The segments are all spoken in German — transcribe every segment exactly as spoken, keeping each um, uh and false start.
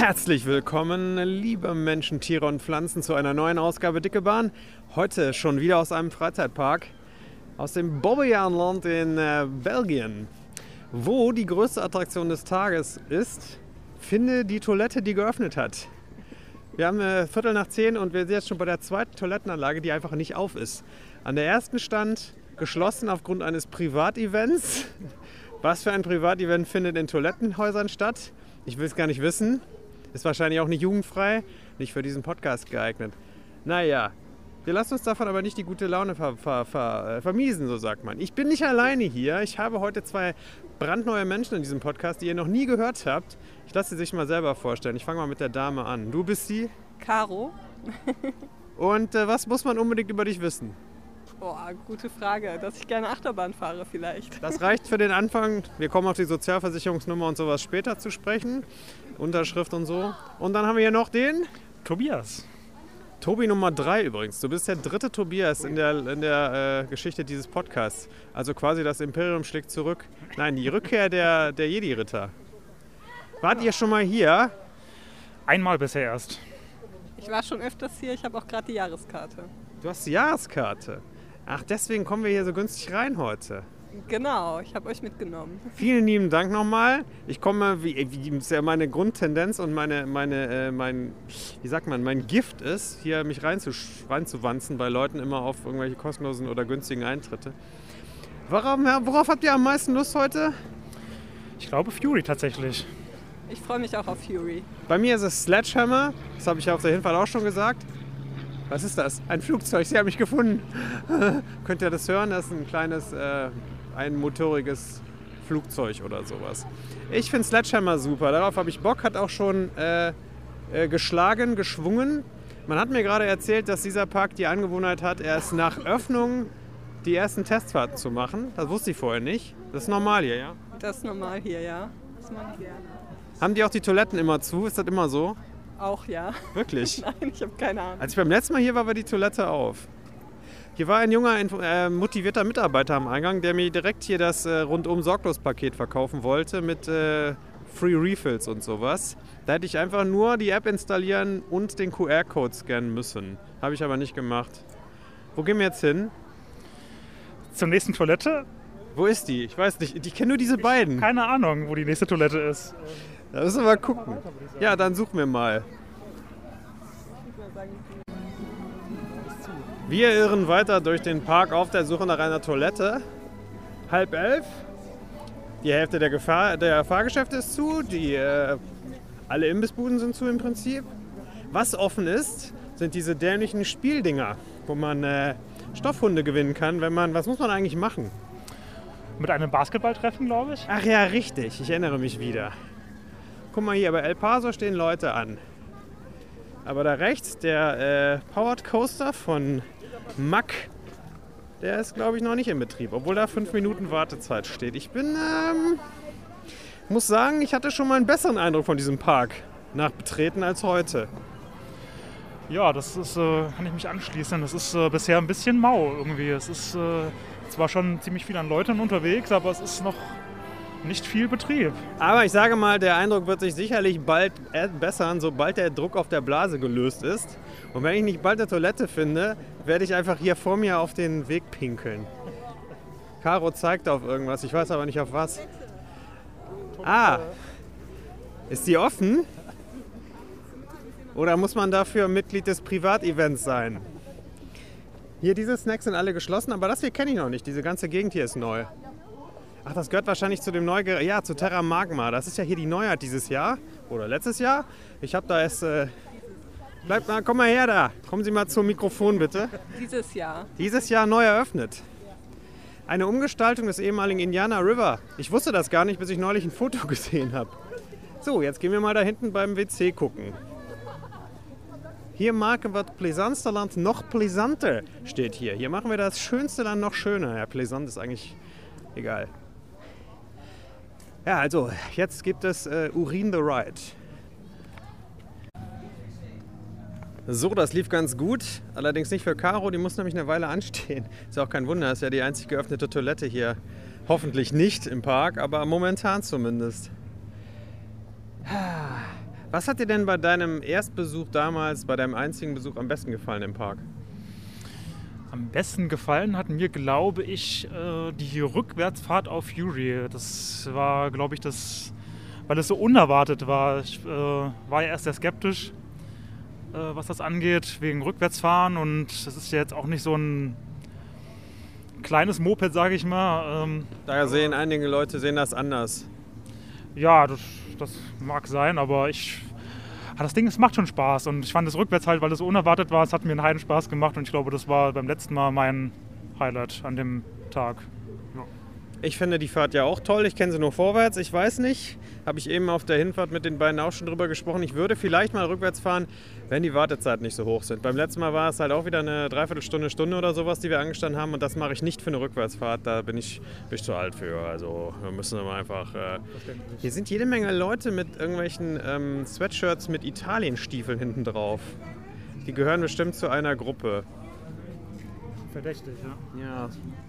Herzlich willkommen, liebe Menschen, Tiere und Pflanzen, zu einer neuen Ausgabe Dicke Bahn. Heute schon wieder aus einem Freizeitpark, aus dem Bobbejaanland in äh, Belgien, wo die größte Attraktion des Tages ist: finde die Toilette, die geöffnet hat. Wir haben äh, Viertel nach zehn und wir sind jetzt schon bei der zweiten Toilettenanlage, die einfach nicht auf ist. An der ersten stand geschlossen aufgrund eines Privatevents. Was für ein Privatevent findet in Toilettenhäusern statt? Ich will es gar nicht wissen. Ist wahrscheinlich auch nicht jugendfrei, nicht für diesen Podcast geeignet. Naja, wir lassen uns davon aber nicht die gute Laune ver, ver, ver, vermiesen, so sagt man. Ich bin nicht alleine hier. Ich habe heute zwei brandneue Menschen in diesem Podcast, die ihr noch nie gehört habt. Ich lasse sie sich mal selber vorstellen. Ich fange mal mit der Dame an. Du bist die? Caro. Und äh, was muss man unbedingt über dich wissen? Boah, gute Frage. Dass ich gerne Achterbahn fahre vielleicht. Das reicht für den Anfang. Wir kommen auf die Sozialversicherungsnummer und sowas später zu sprechen. Unterschrift und so. Und dann haben wir hier noch den Tobias. Tobi Nummer drei übrigens. Du bist der dritte Tobias in der, in der äh, Geschichte dieses Podcasts. Also quasi das Imperium schlägt zurück. Nein, die Rückkehr der, der Jedi-Ritter. Wart ihr schon mal hier? Einmal bisher erst. Ich war schon öfters hier. Ich habe auch gerade die Jahreskarte. Du hast die Jahreskarte. Ach, deswegen kommen wir hier so günstig rein heute. Genau, ich habe euch mitgenommen. Vielen lieben Dank nochmal. Ich komme, wie, wie ist ja meine Grundtendenz und meine, meine, äh, mein, wie sagt man, mein Gift ist, hier mich reinzusch- reinzuwanzen bei Leuten immer auf irgendwelche kostenlosen oder günstigen Eintritte. Worauf, worauf habt ihr am meisten Lust heute? Ich glaube Fury tatsächlich. Ich freue mich auch auf Fury. Bei mir ist es Sledgehammer, das habe ich auf der Hinfahrt auch schon gesagt. Was ist das? Ein Flugzeug, sie haben mich gefunden. Könnt ihr das hören? Das ist ein kleines, äh, einmotoriges Flugzeug oder sowas. Ich finde Sledgehammer super, darauf habe ich Bock, hat auch schon äh, äh, geschlagen, geschwungen. Man hat mir gerade erzählt, dass dieser Park die Angewohnheit hat, erst nach Öffnung die ersten Testfahrten zu machen. Das wusste ich vorher nicht. Das ist normal hier, ja? Das ist normal hier, ja. Das mache ich gerne. Haben die auch die Toiletten immer zu? Ist das immer so? Auch, ja. Wirklich? Nein, ich habe keine Ahnung. Als ich beim letzten Mal hier war, war die Toilette auf. Hier war ein junger, äh, motivierter Mitarbeiter am Eingang, der mir direkt hier das äh, Rundum-Sorglos-Paket verkaufen wollte mit äh, Free Refills und sowas. Da hätte ich einfach nur die App installieren und den Q R-Code scannen müssen. Habe ich aber nicht gemacht. Wo gehen wir jetzt hin? Zur nächsten Toilette? Wo ist die? Ich weiß nicht. Ich kenne nur diese beiden. Keine Ahnung, wo die nächste Toilette ist. Da müssen wir mal gucken. Ja, dann suchen wir mal. Wir irren weiter durch den Park auf der Suche nach einer Toilette. Halb elf. Die Hälfte der, Gefahr, der Fahrgeschäfte ist zu. Die, äh, alle Imbissbuden sind zu im Prinzip. Was offen ist, sind diese dämlichen Spieldinger, wo man äh, Stoffhunde gewinnen kann, wenn man... Was muss man eigentlich machen? Mit einem Basketball treffen, glaube ich. Ach ja, richtig. Ich erinnere mich wieder. Guck mal hier, bei El Paso stehen Leute an. Aber da rechts, der äh, Powered Coaster von Mack, der ist, glaube ich, noch nicht in Betrieb, obwohl da fünf Minuten Wartezeit steht. Ich bin, ähm, muss sagen, ich hatte schon mal einen besseren Eindruck von diesem Park nach Betreten als heute. Ja, das ist, äh, kann ich mich anschließen. Das ist äh, bisher ein bisschen mau irgendwie. Es ist äh, zwar schon ziemlich viel an Leuten unterwegs, aber es ist noch nicht viel Betrieb. Aber ich sage mal, der Eindruck wird sich sicherlich bald bessern, sobald der Druck auf der Blase gelöst ist. Und wenn ich nicht bald eine Toilette finde, werde ich einfach hier vor mir auf den Weg pinkeln. Caro zeigt auf irgendwas, ich weiß aber nicht auf was. Ah, ist die offen? Oder muss man dafür Mitglied des Privatevents sein? Hier, diese Snacks sind alle geschlossen, aber das hier kenne ich noch nicht. Diese ganze Gegend hier ist neu. Ach, das gehört wahrscheinlich zu dem Neu... Ja, zu Terra Magma. Das ist ja hier die Neuheit dieses Jahr. Oder letztes Jahr. Ich habe da erst... Äh Bleibt mal, komm mal her da. Kommen Sie mal zum Mikrofon, bitte. Dieses Jahr. Dieses Jahr neu eröffnet. Eine Umgestaltung des ehemaligen Indiana River. Ich wusste das gar nicht, bis ich neulich ein Foto gesehen habe. So, jetzt gehen wir mal da hinten beim W C gucken. Hier machen wir das Plaisanster Land noch plaisanter, steht hier. Hier machen wir das schönste Land noch schöner. Ja, plaisant ist eigentlich egal. Ja, also, jetzt gibt es äh, Urin the Ride. So, das lief ganz gut. Allerdings nicht für Caro, die muss nämlich eine Weile anstehen. Ist ja auch kein Wunder, ist ja die einzig geöffnete Toilette hier. Hoffentlich nicht im Park, aber momentan zumindest. Was hat dir denn bei deinem Erstbesuch damals, bei deinem einzigen Besuch am besten gefallen im Park? Am besten gefallen hat mir, glaube ich, äh, die Rückwärtsfahrt auf Fury. Das war, glaube ich, das, weil es so unerwartet war. Ich äh, war ja erst sehr skeptisch, äh, was das angeht, wegen Rückwärtsfahren. Und das ist ja jetzt auch nicht so ein kleines Moped, sage ich mal. Ähm, Daher sehen einige Leute sehen das anders. Ja, das, das mag sein, aber ich, das Ding, es macht schon Spaß und ich fand es rückwärts halt, weil es so unerwartet war, es hat mir einen Heidenspaß gemacht und ich glaube, das war beim letzten Mal mein Highlight an dem Tag. Ja. Ich finde die Fahrt ja auch toll, ich kenne sie nur vorwärts, ich weiß nicht, habe ich eben auf der Hinfahrt mit den beiden auch schon drüber gesprochen, ich würde vielleicht mal rückwärts fahren, wenn die Wartezeiten nicht so hoch sind. Beim letzten Mal war es halt auch wieder eine Dreiviertelstunde, Stunde oder sowas, die wir angestanden haben und das mache ich nicht für eine Rückwärtsfahrt, da bin ich, bin ich zu alt für, also wir müssen immer einfach... Äh Hier sind jede Menge Leute mit irgendwelchen ähm, Sweatshirts mit Italienstiefeln hinten drauf. Die gehören bestimmt zu einer Gruppe. Verdächtig, ja. Ja.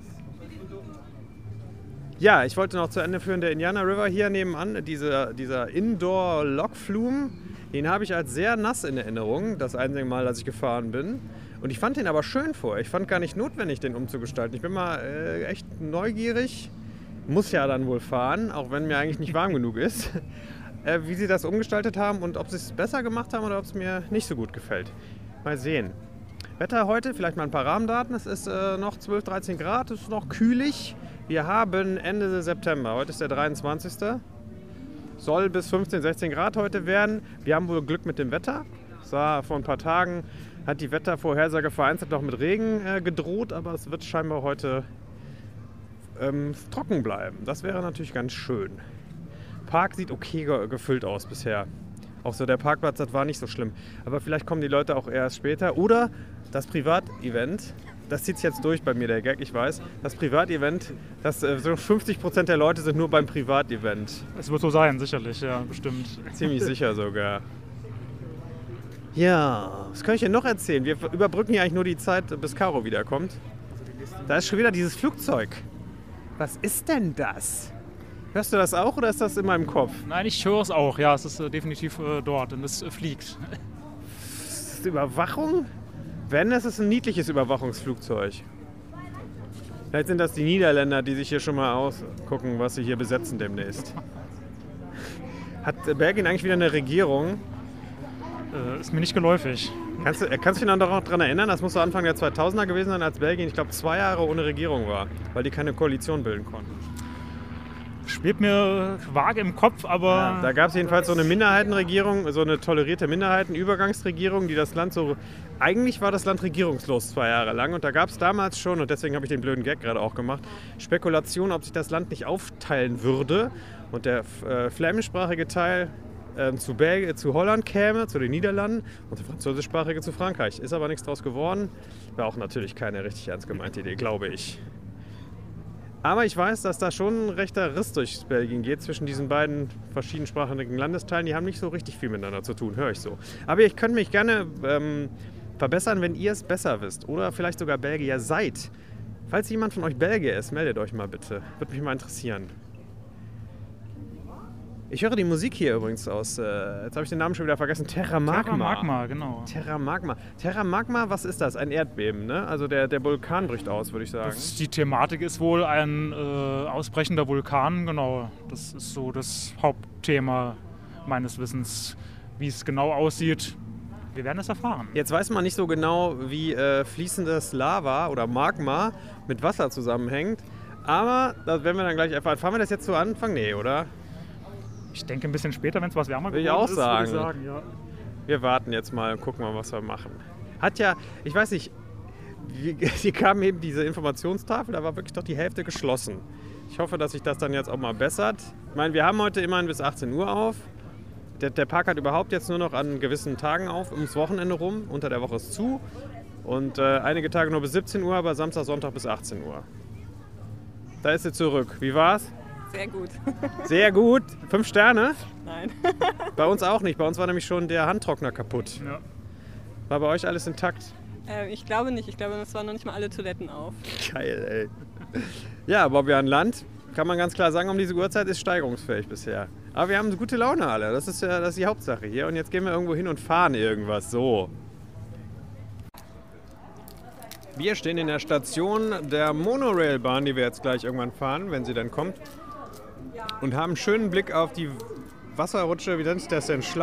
Ja, ich wollte noch zu Ende führen, der Indiana River hier nebenan, dieser, dieser Indoor-Lokflume, den habe ich als sehr nass in Erinnerung, das einzige Mal, dass ich gefahren bin. Und ich fand den aber schön vor. Ich fand gar nicht notwendig, den umzugestalten. Ich bin mal äh, echt neugierig, muss ja dann wohl fahren, auch wenn mir eigentlich nicht warm genug ist, äh, wie sie das umgestaltet haben und ob sie es besser gemacht haben oder ob es mir nicht so gut gefällt. Mal sehen. Wetter heute, vielleicht mal ein paar Rahmendaten. Es ist äh, noch zwölf, dreizehn Grad, es ist noch kühlig. Wir haben Ende September, heute ist der dreiundzwanzigste Soll bis fünfzehn, sechzehn Grad heute werden. Wir haben wohl Glück mit dem Wetter. Sah vor ein paar Tagen, hat die Wettervorhersage vereinzelt noch mit Regen äh, gedroht, aber es wird scheinbar heute ähm, trocken bleiben. Das wäre natürlich ganz schön. Park sieht okay ge- gefüllt aus bisher. Auch so der Parkplatz, das war nicht so schlimm. Aber vielleicht kommen die Leute auch erst später. Oder das Privatevent. Das zieht sich jetzt durch bei mir, der Gag, ich weiß. Das Privatevent, das, äh, so fünfzig Prozent der Leute sind nur beim Privatevent. Es wird so sein, sicherlich, ja, bestimmt. Ziemlich sicher sogar. Ja, was kann ich denn noch erzählen? Wir überbrücken ja eigentlich nur die Zeit, bis Caro wiederkommt. Da ist schon wieder dieses Flugzeug. Was ist denn das? Hörst du das auch oder ist das in meinem Kopf? Nein, ich höre es auch, ja, es ist äh, definitiv äh, dort und es äh, fliegt. Ist das Überwachung? Wenn, es ist ein niedliches Überwachungsflugzeug. Vielleicht sind das die Niederländer, die sich hier schon mal ausgucken, was sie hier besetzen demnächst. Hat Belgien eigentlich wieder eine Regierung? Äh, ist mir nicht geläufig. Kannst du, kannst du dich noch daran erinnern, das muss so Anfang der zweitausender gewesen sein, als Belgien, ich glaube, zwei Jahre ohne Regierung war, weil die keine Koalition bilden konnten. Schwebt mir vage im Kopf, aber... Ja, da gab es jedenfalls so eine Minderheitenregierung, so eine tolerierte Minderheitenübergangsregierung, die das Land so... Eigentlich war das Land regierungslos zwei Jahre lang und da gab es damals schon, und deswegen habe ich den blöden Gag gerade auch gemacht, Spekulationen, ob sich das Land nicht aufteilen würde und der äh, flämischsprachige Teil äh, zu, Belgien, zu Holland käme, zu den Niederlanden und der französischsprachige zu Frankreich. Ist aber nichts draus geworden. War auch natürlich keine richtig ernst gemeinte Idee, glaube ich. Aber ich weiß, dass da schon ein rechter Riss durch Belgien geht zwischen diesen beiden verschiedensprachigen Landesteilen. Die haben nicht so richtig viel miteinander zu tun, höre ich so. Aber ihr könnt mich gerne ähm, verbessern, wenn ihr es besser wisst oder vielleicht sogar Belgier seid. Falls jemand von euch Belgier ist, meldet euch mal bitte. Würde mich mal interessieren. Ich höre die Musik hier übrigens aus, äh, jetzt habe ich den Namen schon wieder vergessen, Terra Magma. Terra Magma, genau. Terra Magma. Terra Magma, was ist das? Ein Erdbeben, ne? Also der, der Vulkan bricht aus, würde ich sagen. Das, die Thematik ist wohl ein äh, ausbrechender Vulkan, genau. Das ist so das Hauptthema meines Wissens. Wie es genau aussieht, wir werden es erfahren. Jetzt weiß man nicht so genau, wie äh, fließendes Lava oder Magma mit Wasser zusammenhängt. Aber das werden wir dann gleich erfahren. Fahren wir das jetzt zu Anfang? Nee, oder? Ich denke ein bisschen später, wenn es was wärmer Will ich geworden auch ist, sagen. würde ich sagen. Ja. Wir warten jetzt mal und gucken mal, was wir machen. Hat ja, ich weiß nicht, hier kam eben diese Informationstafel, da war wirklich doch die Hälfte geschlossen. Ich hoffe, dass sich das dann jetzt auch mal bessert. Ich meine, wir haben heute immerhin bis achtzehn Uhr auf. Der, der Park hat überhaupt jetzt nur noch an gewissen Tagen auf, ums Wochenende rum. Unter der Woche ist zu. Und äh, einige Tage nur bis siebzehn Uhr, aber Samstag, Sonntag bis achtzehn Uhr. Da ist sie zurück. Wie war's? Sehr gut. Sehr gut. Fünf Sterne? Nein. Bei uns auch nicht. Bei uns war nämlich schon der Handtrockner kaputt. Ja. War bei euch alles intakt? Äh, ich glaube nicht. Ich glaube, es waren noch nicht mal alle Toiletten auf. Geil, ey. Ja, Bobby an Land, kann man ganz klar sagen, um diese Uhrzeit ist steigerungsfähig bisher. Aber wir haben gute Laune alle. Das ist ja das ist die Hauptsache hier. Und jetzt gehen wir irgendwo hin und fahren irgendwas. So. Wir stehen in der Station der Monorailbahn, die wir jetzt gleich irgendwann fahren, wenn sie dann kommt. Und haben einen schönen Blick auf die Wasserrutsche, wie nennt sich das denn?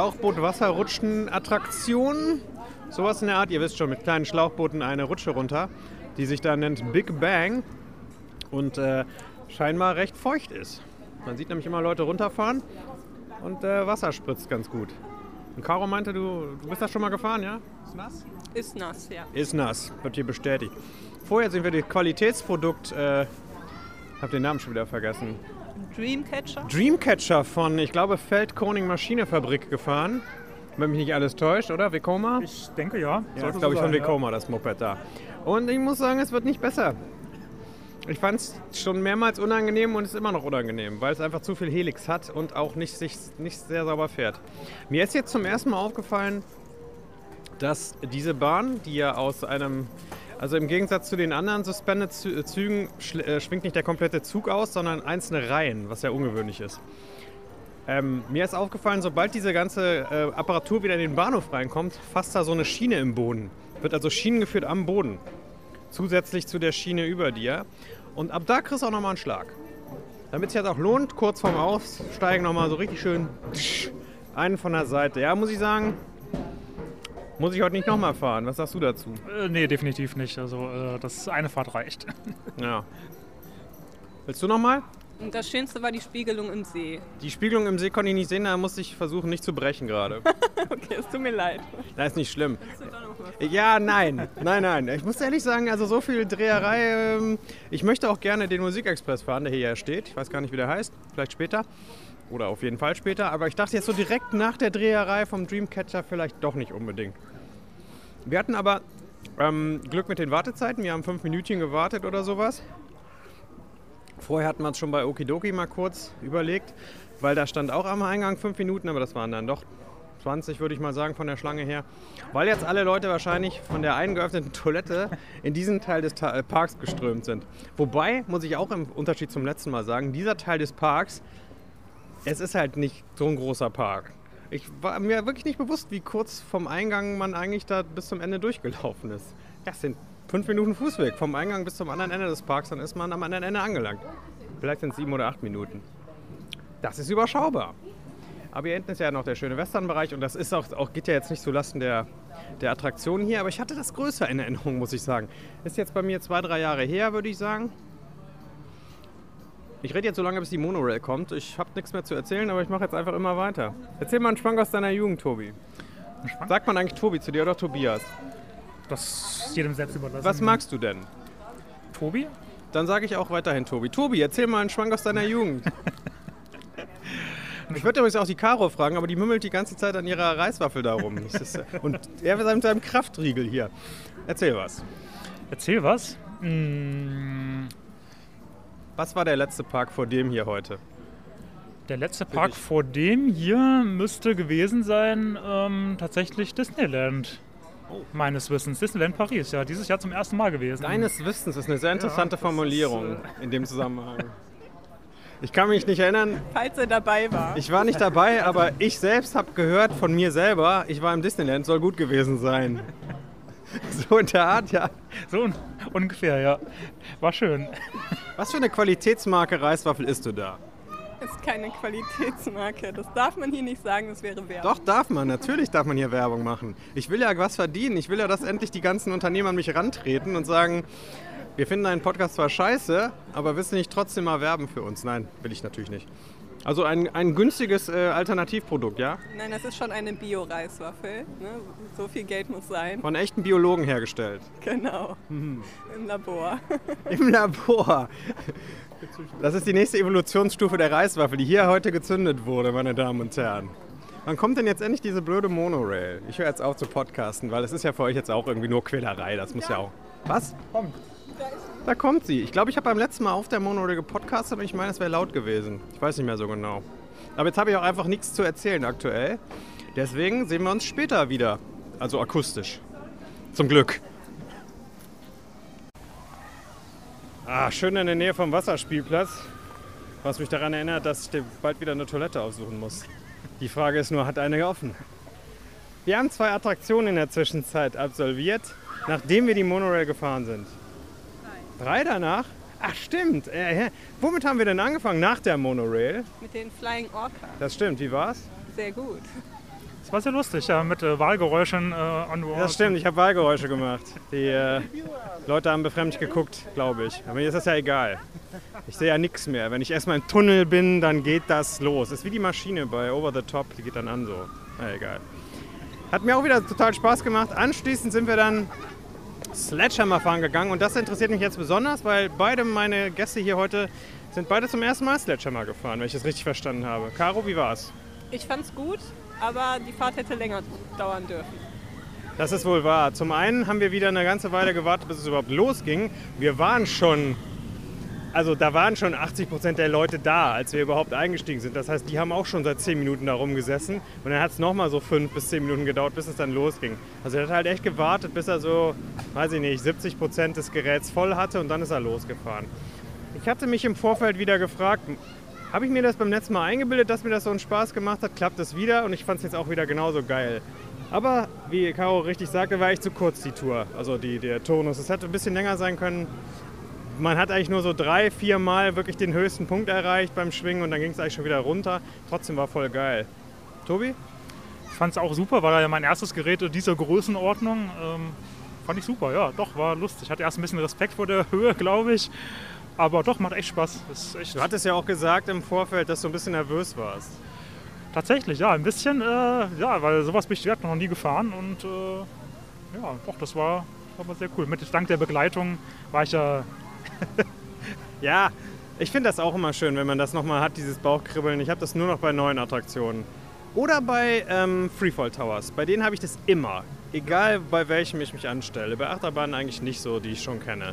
Schlauchboot-Wasserrutschen-Attraktion. Sowas in der Art. Ihr wisst schon, mit kleinen Schlauchbooten eine Rutsche runter, die sich da nennt Big Bang und äh, scheinbar recht feucht ist. Man sieht nämlich immer Leute runterfahren und äh, Wasser spritzt ganz gut. Und Caro meinte, du, du bist da schon mal gefahren, ja? Ist nass? Ist nass, ja. Ist nass, wird hier bestätigt. Vorher sind wir das Qualitätsprodukt, äh, hab den Namen schon wieder vergessen. Dreamcatcher? Dreamcatcher von, ich glaube, Feldkoning Maschinenfabrik gefahren. Wenn mich nicht alles täuscht, oder? Vekoma? Ich denke ja. Ja, das Sollte ist, glaube ich, so von sein, Vekoma, das Moped da. Und ich muss sagen, es wird nicht besser. Ich fand es schon mehrmals unangenehm und es ist immer noch unangenehm, weil es einfach zu viel Helix hat und auch nicht, sich, nicht sehr sauber fährt. Mir ist jetzt zum ersten Mal aufgefallen, dass diese Bahn, die ja aus einem, also im Gegensatz zu den anderen Suspended-Zügen, äh, schwingt nicht der komplette Zug aus, sondern einzelne Reihen, was sehr ungewöhnlich ist. Ähm, mir ist aufgefallen, sobald diese ganze äh, Apparatur wieder in den Bahnhof reinkommt, fasst da so eine Schiene im Boden. Wird also schienengeführt am Boden. Zusätzlich zu der Schiene über dir. Und ab da kriegst du auch nochmal einen Schlag. Damit sich das auch lohnt, kurz vorm Aussteigen nochmal so richtig schön einen von der Seite. Ja, muss ich sagen, muss ich heute nicht nochmal fahren. Was sagst du dazu? Äh, nee, definitiv nicht. Also äh, das eine Fahrt reicht. Ja. Willst du nochmal? Und das Schönste war die Spiegelung im See. Die Spiegelung im See konnte ich nicht sehen, da musste ich versuchen, nicht zu brechen gerade. Okay, es tut mir leid. Das ist nicht schlimm. Willst du doch noch mal? Ja, nein, nein, nein. Ich muss ehrlich sagen, also so viel Dreherei. Ähm, ich möchte auch gerne den Musikexpress fahren, der hier ja steht. Ich weiß gar nicht, wie der heißt. Vielleicht später. Oder auf jeden Fall später. Aber ich dachte jetzt so direkt nach der Dreherei vom Dreamcatcher vielleicht doch nicht unbedingt. Wir hatten aber ähm, Glück mit den Wartezeiten. Wir haben fünf Minütchen gewartet oder sowas. Vorher hatten wir uns schon bei Okidoki mal kurz überlegt, weil da stand auch am Eingang fünf Minuten, aber das waren dann doch zwanzig, würde ich mal sagen, von der Schlange her. Weil jetzt alle Leute wahrscheinlich von der einen geöffneten Toilette in diesen Teil des Ta- Parks geströmt sind. Wobei, muss ich auch im Unterschied zum letzten Mal sagen, dieser Teil des Parks, es ist halt nicht so ein großer Park. Ich war mir wirklich nicht bewusst, wie kurz vom Eingang man eigentlich da bis zum Ende durchgelaufen ist. Das sind fünf Minuten Fußweg vom Eingang bis zum anderen Ende des Parks, dann ist man am anderen Ende angelangt. Vielleicht sind es sieben oder acht Minuten. Das ist überschaubar. Aber hier hinten ist ja noch der schöne Westernbereich und das ist auch, auch geht ja jetzt nicht zulasten der, der Attraktionen hier, aber ich hatte das größer in Erinnerung, muss ich sagen. Ist jetzt bei mir zwei, drei Jahre her, würde ich sagen. Ich rede jetzt so lange, bis die Monorail kommt. Ich habe nichts mehr zu erzählen, aber ich mache jetzt einfach immer weiter. Erzähl mal einen Schwank aus deiner Jugend, Tobi. Sagt man eigentlich Tobi zu dir oder Tobias? Das ist jedem selbst überlassen. Was magst du denn? Tobi? Dann sage ich auch weiterhin Tobi. Tobi, erzähl mal einen Schwank aus deiner Jugend. Ich würde übrigens auch die Caro fragen, aber die mümmelt die ganze Zeit an ihrer Reiswaffel da rum. Das ist, und er mit seinem Kraftriegel hier. Erzähl was. Erzähl was? Hm, Was war der letzte Park vor dem hier heute? der letzte Park dich. vor dem hier müsste gewesen sein, ähm, tatsächlich Disneyland. Oh. Meines Wissens. Disneyland Paris, ja, dieses Jahr zum ersten Mal gewesen. Deines Wissens ist eine sehr interessante das Formulierung ist, in dem Zusammenhang. Ich kann mich nicht erinnern, Falls er dabei war. ich war nicht dabei, aber ich selbst habe gehört von mir selber, ich war im Disneyland, soll gut gewesen sein. So in der Art, ja. So un ungefähr, ja. War schön. Was für eine Qualitätsmarke Reiswaffel isst du da? Ist keine Qualitätsmarke. Das darf man hier nicht sagen, das wäre Werbung. Doch, darf man. Natürlich darf man hier Werbung machen. Ich will ja was verdienen. Ich will ja, dass endlich die ganzen Unternehmer an mich rantreten und sagen, wir finden einen Podcast zwar scheiße, aber willst du nicht trotzdem mal werben für uns? Nein, will ich natürlich nicht. Also ein, ein günstiges äh, Alternativprodukt, ja? Nein, das ist schon eine Bio-Reiswaffel. Ne? So viel Geld muss sein. Von echten Biologen hergestellt. Genau. Im Labor. Im Labor. Das ist die nächste Evolutionsstufe der Reiswaffel, die hier heute gezündet wurde, meine Damen und Herren. Wann kommt denn jetzt endlich diese blöde Monorail? Ich höre jetzt auf zu podcasten, weil das ist ja für euch jetzt auch irgendwie nur Quälerei. Das muss ja, ja auch... Was? Kommt. Da kommt sie. Ich glaube, ich habe beim letzten Mal auf der Monorail gepodcastet und ich meine, es wäre laut gewesen. Ich weiß nicht mehr so genau. Aber jetzt habe ich auch einfach nichts zu erzählen aktuell. Deswegen sehen wir uns später wieder. Also akustisch. Zum Glück. Ah, schön in der Nähe vom Wasserspielplatz. Was mich daran erinnert, dass ich dir bald wieder eine Toilette aufsuchen muss. Die Frage ist nur, hat eine offen? Wir haben zwei Attraktionen in der Zwischenzeit absolviert, nachdem wir die Monorail gefahren sind. Drei danach? Ach stimmt. Äh, womit haben wir denn angefangen nach der Monorail? Mit den Flying Orcas. Das stimmt. Wie war's? Sehr gut. Das war sehr lustig, ja, mit äh, Wahlgeräuschen äh, an Bord. Das stimmt. Ich habe Wahlgeräusche gemacht. Die äh, Leute haben befremdlich geguckt, glaube ich. Aber mir ist das ja egal. Ich sehe ja nichts mehr. Wenn ich erstmal im Tunnel bin, dann geht das los. Das ist wie die Maschine bei Over the Top. Die geht dann an so. Na egal. Hat mir auch wieder total Spaß gemacht. Anschließend sind wir dann Sledgehammer fahren gegangen und das interessiert mich jetzt besonders, weil beide meine Gäste hier heute sind beide zum ersten Mal Sledgehammer gefahren, wenn ich das richtig verstanden habe. Caro, wie war's? Ich fand's gut, aber die Fahrt hätte länger dauern dürfen. Das ist wohl wahr. Zum einen haben wir wieder eine ganze Weile gewartet, bis es überhaupt losging. Wir waren schon, also da waren schon achtzig Prozent der Leute da, als wir überhaupt eingestiegen sind. Das heißt, die haben auch schon seit zehn Minuten da rumgesessen und dann hat es nochmal so fünf bis zehn Minuten gedauert, bis es dann losging. Also er hat halt echt gewartet, bis er so, weiß ich nicht, siebzig Prozent des Geräts voll hatte und dann ist er losgefahren. Ich hatte mich im Vorfeld wieder gefragt, habe ich mir das beim letzten Mal eingebildet, dass mir das so einen Spaß gemacht hat, klappt es wieder und ich fand es jetzt auch wieder genauso geil. Aber wie Caro richtig sagte, war echt zu kurz die Tour, also die, der Turnus. Es hätte ein bisschen länger sein können. Man hat eigentlich nur so drei, vier Mal wirklich den höchsten Punkt erreicht beim Schwingen und dann ging es eigentlich schon wieder runter. Trotzdem war voll geil. Tobi? Ich fand es auch super, war ja mein erstes Gerät in dieser Größenordnung. Ähm, fand ich super, ja, doch, war lustig. Ich hatte erst ein bisschen Respekt vor der Höhe, glaube ich. Aber doch, macht echt Spaß. Ist echt Du hattest ja auch gesagt im Vorfeld, dass du ein bisschen nervös warst. Tatsächlich, ja, ein bisschen, äh, ja, weil sowas bin ich noch nie gefahren und äh, ja, doch, das war aber sehr cool. Mit dank der Begleitung war ich ja... Ja, ich finde das auch immer schön, wenn man das nochmal hat, dieses Bauchkribbeln. Ich habe das nur noch bei neuen Attraktionen. Oder bei ähm, Freefall Towers. Bei denen habe ich das immer. Egal bei welchem ich mich anstelle. Bei Achterbahnen eigentlich nicht so, die ich schon kenne.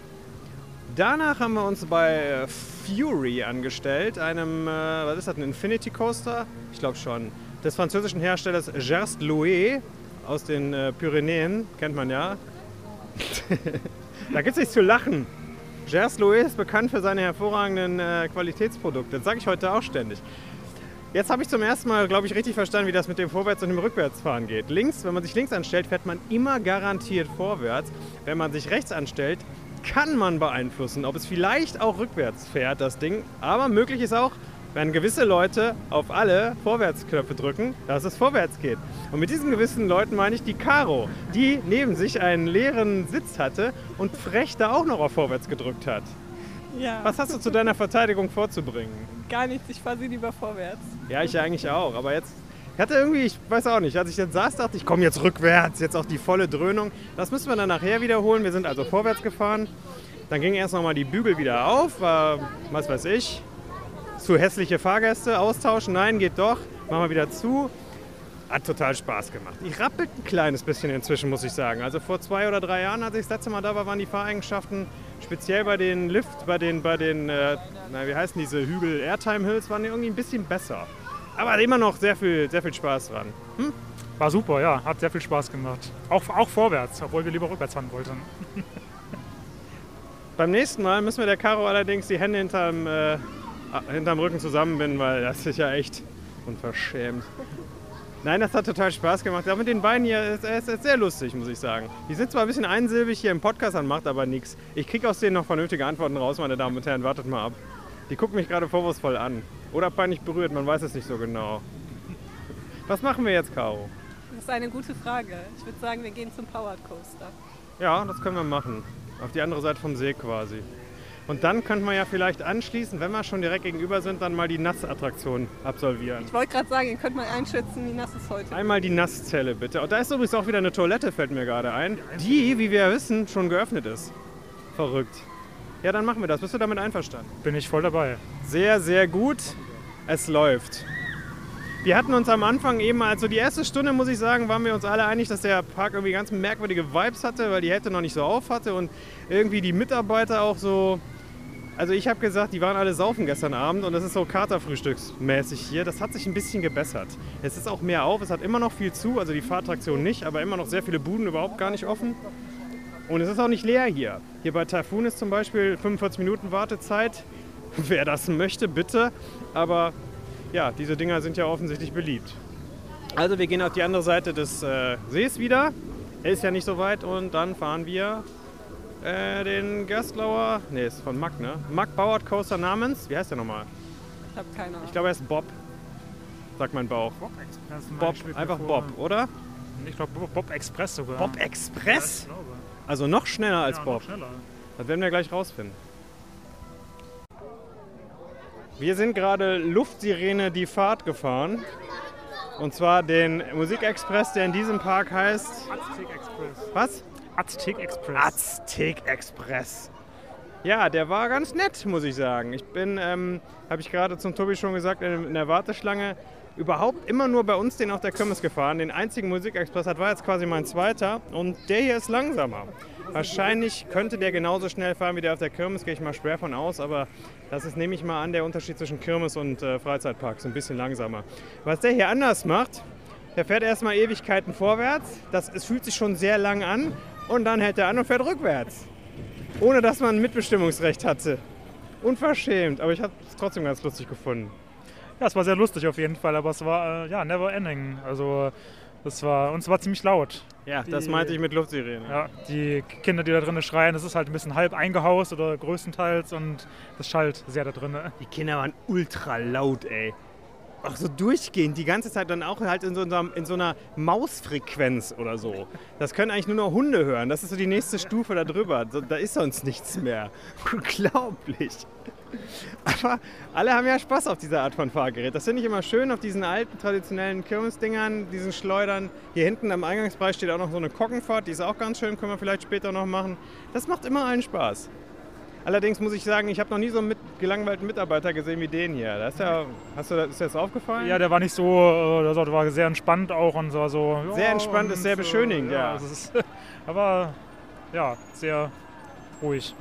Danach haben wir uns bei Fury angestellt, einem, äh, was ist das, ein Infinity Coaster? Ich glaube schon. Des französischen Herstellers Gerst Louet aus den äh, Pyrenäen, kennt man ja. Da gibt es nichts zu lachen. Gerst Louet ist bekannt für seine hervorragenden äh, Qualitätsprodukte. Das sage ich heute auch ständig. Jetzt habe ich zum ersten Mal, glaube ich, richtig verstanden, wie das mit dem Vorwärts- und dem Rückwärtsfahren geht. Links, wenn man sich links anstellt, fährt man immer garantiert vorwärts. Wenn man sich rechts anstellt, kann man beeinflussen, ob es vielleicht auch rückwärts fährt, das Ding. Aber möglich ist auch, wenn gewisse Leute auf alle Vorwärtsknöpfe drücken, dass es vorwärts geht. Und mit diesen gewissen Leuten meine ich die Caro, die neben sich einen leeren Sitz hatte und frech da auch noch auf vorwärts gedrückt hat. Ja. Was hast du zu deiner Verteidigung vorzubringen? Gar nichts, ich fahre sie lieber vorwärts. Ja, ich eigentlich auch, aber jetzt... Ich hatte irgendwie, ich weiß auch nicht, als ich jetzt saß, dachte ich, komm jetzt rückwärts, jetzt auch die volle Dröhnung. Das müssen wir dann nachher wiederholen. Wir sind also vorwärts gefahren. Dann ging erst nochmal die Bügel wieder auf, war, was weiß ich, zu hässliche Fahrgäste austauschen. Nein, geht doch, machen wir wieder zu. Hat total Spaß gemacht. Ich rappelt ein kleines bisschen inzwischen, muss ich sagen. Also vor zwei oder drei Jahren, als ich das letzte Mal da war, waren die Fahreigenschaften, speziell bei den Lift, bei den, bei den äh, na, wie heißen diese Hügel, Airtime Hills, waren die irgendwie ein bisschen besser. Aber immer noch sehr viel, sehr viel Spaß dran. Hm? War super, ja, hat sehr viel Spaß gemacht. Auch, auch vorwärts, obwohl wir lieber rückwärts fahren wollten. Beim nächsten Mal müssen wir der Caro allerdings die Hände hinterm, äh, hinterm Rücken zusammenbinden, weil das ist ja echt unverschämt. Nein, das hat total Spaß gemacht. Auch mit den Beinen hier ist es ist sehr lustig, muss ich sagen. Die sind zwar ein bisschen einsilbig hier im Podcast, dann macht aber nichts. Ich kriege aus denen noch vernünftige Antworten raus, meine Damen und Herren. Wartet mal ab. Die gucken mich gerade vorwurfsvoll an. Oder peinlich berührt, man weiß es nicht so genau. Was machen wir jetzt, Caro? Das ist eine gute Frage. Ich würde sagen, wir gehen zum Powered Coaster. Ja, das können wir machen. Auf die andere Seite vom See quasi. Und dann könnten wir ja vielleicht anschließend, wenn wir schon direkt gegenüber sind, dann mal die Nassattraktion absolvieren. Ich wollte gerade sagen, ihr könnt mal einschätzen, wie nass es heute. Einmal die Nasszelle bitte. Und da ist übrigens auch wieder eine Toilette, fällt mir gerade ein, die, wie wir wissen, schon geöffnet ist. Verrückt. Ja, dann machen wir das. Bist du damit einverstanden? Bin ich voll dabei. Sehr, sehr gut. Es läuft. Wir hatten uns am Anfang eben, also die erste Stunde, muss ich sagen, waren wir uns alle einig, dass der Park irgendwie ganz merkwürdige Vibes hatte, weil die Hälfte noch nicht so auf hatte und irgendwie die Mitarbeiter auch so... Also ich habe gesagt, die waren alle saufen gestern Abend und das ist so Katerfrühstücksmäßig hier. Das hat sich ein bisschen gebessert. Es ist auch mehr auf, es hat immer noch viel zu, also die Fahrtraktion nicht, aber immer noch sehr viele Buden überhaupt gar nicht offen. Und es ist auch nicht leer hier. Hier bei Typhoon ist zum Beispiel fünfundvierzig Minuten Wartezeit. Wer das möchte, bitte. Aber ja, diese Dinger sind ja offensichtlich beliebt. Also wir gehen auf die andere Seite des äh, Sees wieder. Er ist ja nicht so weit und dann fahren wir äh, den Gerstlauer, ne, ist von Mack, ne? Mack Bauart Coaster namens, wie heißt der nochmal? Ich habe keine Ahnung. Ich glaube, er ist Bob, sagt mein Bauch. Bob Express. Bob, einfach Bob, oder? Ich glaube Bob Express sogar. Bob Ja, Express? ich glaube. Also noch schneller als Ja, Bob. noch schneller. Das werden wir gleich rausfinden. Wir sind gerade Luftsirene die Fahrt gefahren. Und zwar den Musikexpress, der in diesem Park heißt... Aztec Express. Was? Aztec Express. Aztec Express. Ja, der war ganz nett, muss ich sagen. Ich bin, ähm, habe ich gerade zum Tobi schon gesagt, in der Warteschlange überhaupt immer nur bei uns den auf der Kirmes gefahren. Den einzigen Musikexpress hat war jetzt quasi mein zweiter und der hier ist langsamer. Wahrscheinlich könnte der genauso schnell fahren wie der auf der Kirmes, gehe ich mal schwer von aus, aber das ist, nehme ich mal an, der Unterschied zwischen Kirmes und äh, Freizeitpark, so ein bisschen langsamer. Was der hier anders macht, der fährt erstmal Ewigkeiten vorwärts, das, es fühlt sich schon sehr lang an und dann hält er an und fährt rückwärts. Ohne dass man ein Mitbestimmungsrecht hatte. Unverschämt, aber ich habe es trotzdem ganz lustig gefunden. Ja, es war sehr lustig auf jeden Fall, aber es war äh, ja never ending. Also das war, und es war ziemlich laut. Ja, die, das meinte ich mit Luftsirene. Ja, die Kinder, die da drinnen schreien, das ist halt ein bisschen halb eingehaust oder größtenteils und das schallt sehr da drinnen. Die Kinder waren ultra laut, ey. Auch so durchgehend, die ganze Zeit dann auch halt in so, einer, in so einer Mausfrequenz oder so. Das können eigentlich nur noch Hunde hören. Das ist so die nächste Stufe da drüber. So, da ist sonst nichts mehr. Unglaublich. Aber alle haben ja Spaß auf dieser Art von Fahrgerät. Das finde ich immer schön auf diesen alten, traditionellen Kirmesdingern, diesen Schleudern. Hier hinten am Eingangsbereich steht auch noch so eine Kockenfahrt. Die ist auch ganz schön, können wir vielleicht später noch machen. Das macht immer allen Spaß. Allerdings muss ich sagen, ich habe noch nie so einen mit, gelangweilten Mitarbeiter gesehen wie den hier. Das ist, ja, hast du, ist dir das aufgefallen? Ja, der war nicht so, der war sehr entspannt auch und so. so sehr ja, entspannt ist sehr beschönigend, äh, ja. ja. Also es ist, aber ja, sehr ruhig.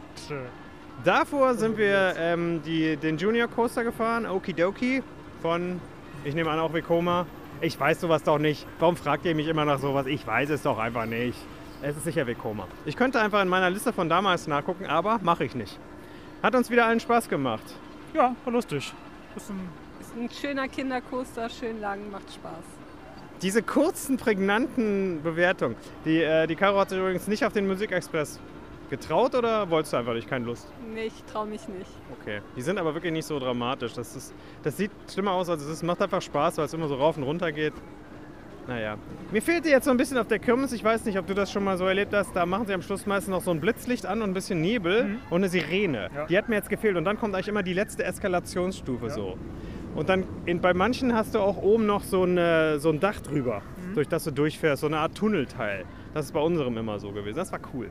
Davor sind wir ähm, die, den Junior Coaster gefahren, Okidoki, von, ich nehme an, auch Vekoma. Ich weiß sowas doch nicht. Warum fragt ihr mich immer nach sowas? Ich weiß es doch einfach nicht. Es ist sicher Vekoma. Ich könnte einfach in meiner Liste von damals nachgucken, aber mache ich nicht. Hat uns wieder allen Spaß gemacht. Ja, war lustig. Ist ein, ist ein schöner Kindercoaster, schön lang, macht Spaß. Diese kurzen, prägnanten Bewertungen. Die, äh, die Caro hat sich übrigens nicht auf den Musikexpress getraut oder wolltest du einfach nicht? Keine Lust? Nee, ich traue mich nicht. Okay. Die sind aber wirklich nicht so dramatisch. Das, ist, das sieht schlimmer aus, als es ist. Macht einfach Spaß, weil es immer so rauf und runter geht. Naja. Mir fehlte jetzt so ein bisschen auf der Kirmes. Ich weiß nicht, ob du das schon mal so erlebt hast. Da machen sie am Schluss meistens noch so ein Blitzlicht an und ein bisschen Nebel mhm. und eine Sirene. Ja. Die hat mir jetzt gefehlt. Und dann kommt eigentlich immer die letzte Eskalationsstufe ja. so. Und dann in, bei manchen hast du auch oben noch so, eine, so ein Dach drüber, mhm. durch das du durchfährst. So eine Art Tunnelteil. Das ist bei unserem immer so gewesen. Das war cool.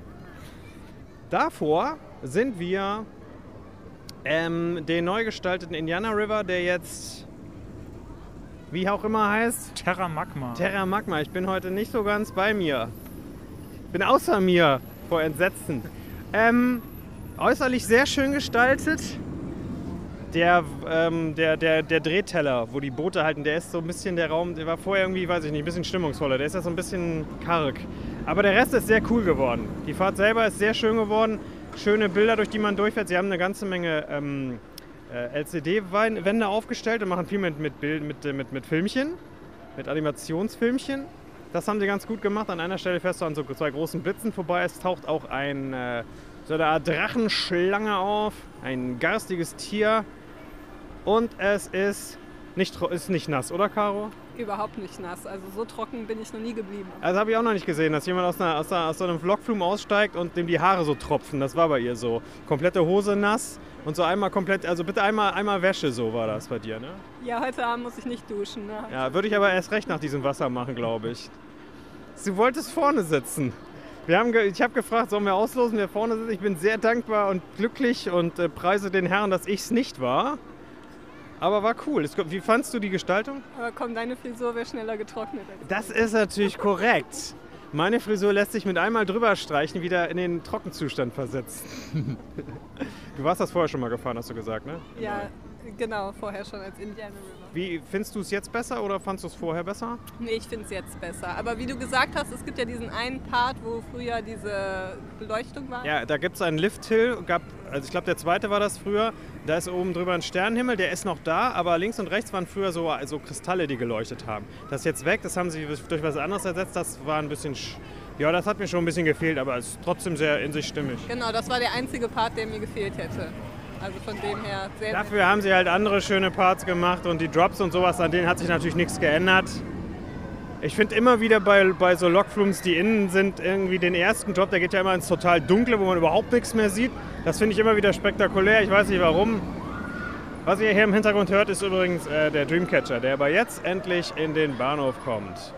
Davor sind wir ähm, den neu gestalteten Indiana River, der jetzt... wie auch immer heißt? Terra Magma. Terra Magma. Ich bin heute nicht so ganz bei mir. Ich bin außer mir vor Entsetzen. Ähm, äußerlich sehr schön gestaltet. Der, ähm, der, der, der Drehteller, wo die Boote halten, der ist so ein bisschen der Raum, der war vorher irgendwie, weiß ich nicht, ein bisschen stimmungsvoller. Der ist ja so ein bisschen karg. Aber der Rest ist sehr cool geworden. Die Fahrt selber ist sehr schön geworden. Schöne Bilder, durch die man durchfährt. Sie haben eine ganze Menge... Ähm, L C D-Wände aufgestellt und machen viel mit, mit, Bild, mit, mit, mit Filmchen, mit Animationsfilmchen. Das haben sie ganz gut gemacht. An einer Stelle fährst du an so zwei großen Blitzen vorbei. Es taucht auch ein, äh, so eine Art Drachenschlange auf, ein garstiges Tier. Und es ist nicht, ist nicht nass, oder Caro? Überhaupt nicht nass. Also so trocken bin ich noch nie geblieben. Also habe ich auch noch nicht gesehen, dass jemand aus, einer, aus, einer, aus so einem Vlogflum aussteigt und dem die Haare so tropfen. Das war bei ihr so. Komplette Hose nass. Und so einmal komplett, also bitte einmal, einmal Wäsche, so war das bei dir, ne? Ja, heute Abend muss ich nicht duschen, ne? Ja, würde ich aber erst recht nach diesem Wasser machen, glaube ich. Du wolltest vorne sitzen. Wir haben ge- ich habe gefragt, sollen wir auslosen, wer vorne sitzt? Ich bin sehr dankbar und glücklich und äh, preise den Herrn, dass ich es nicht war. Aber war cool. Wie fandst du die Gestaltung? Aber komm, deine Frisur wäre schneller getrocknet. Das ist natürlich korrekt. Meine Frisur lässt sich mit einmal drüber streichen wieder in den Trockenzustand versetzen. Du warst das vorher schon mal gefahren, hast du gesagt, ne? Ja, Genau, vorher schon als Indiana River. Wie findest du es jetzt besser oder fandest du es vorher besser? Nee, ich finde es jetzt besser. Aber wie du gesagt hast, es gibt ja diesen einen Part, wo früher diese Beleuchtung war. Ja, da gibt es einen Lifthill, gab, also ich glaube der zweite war das früher. Da ist oben drüber ein Sternenhimmel, der ist noch da, aber links und rechts waren früher so, so Kristalle, die geleuchtet haben. Das ist jetzt weg, das haben sie durch was anderes ersetzt, das war ein bisschen, sch- ja, das hat mir schon ein bisschen gefehlt, aber es ist trotzdem sehr in sich stimmig. Genau, das war der einzige Part, der mir gefehlt hätte. Also von dem her sehr, Dafür haben sie halt andere schöne Parts gemacht und die Drops und sowas, an denen hat sich natürlich nichts geändert. Ich finde immer wieder bei, bei so Lokflums, die innen sind, irgendwie den ersten Drop, der geht ja immer ins total Dunkle, wo man überhaupt nichts mehr sieht. Das finde ich immer wieder spektakulär, ich weiß nicht warum. Was ihr hier im Hintergrund hört, ist übrigens äh, der Dreamcatcher, der aber jetzt endlich in den Bahnhof kommt.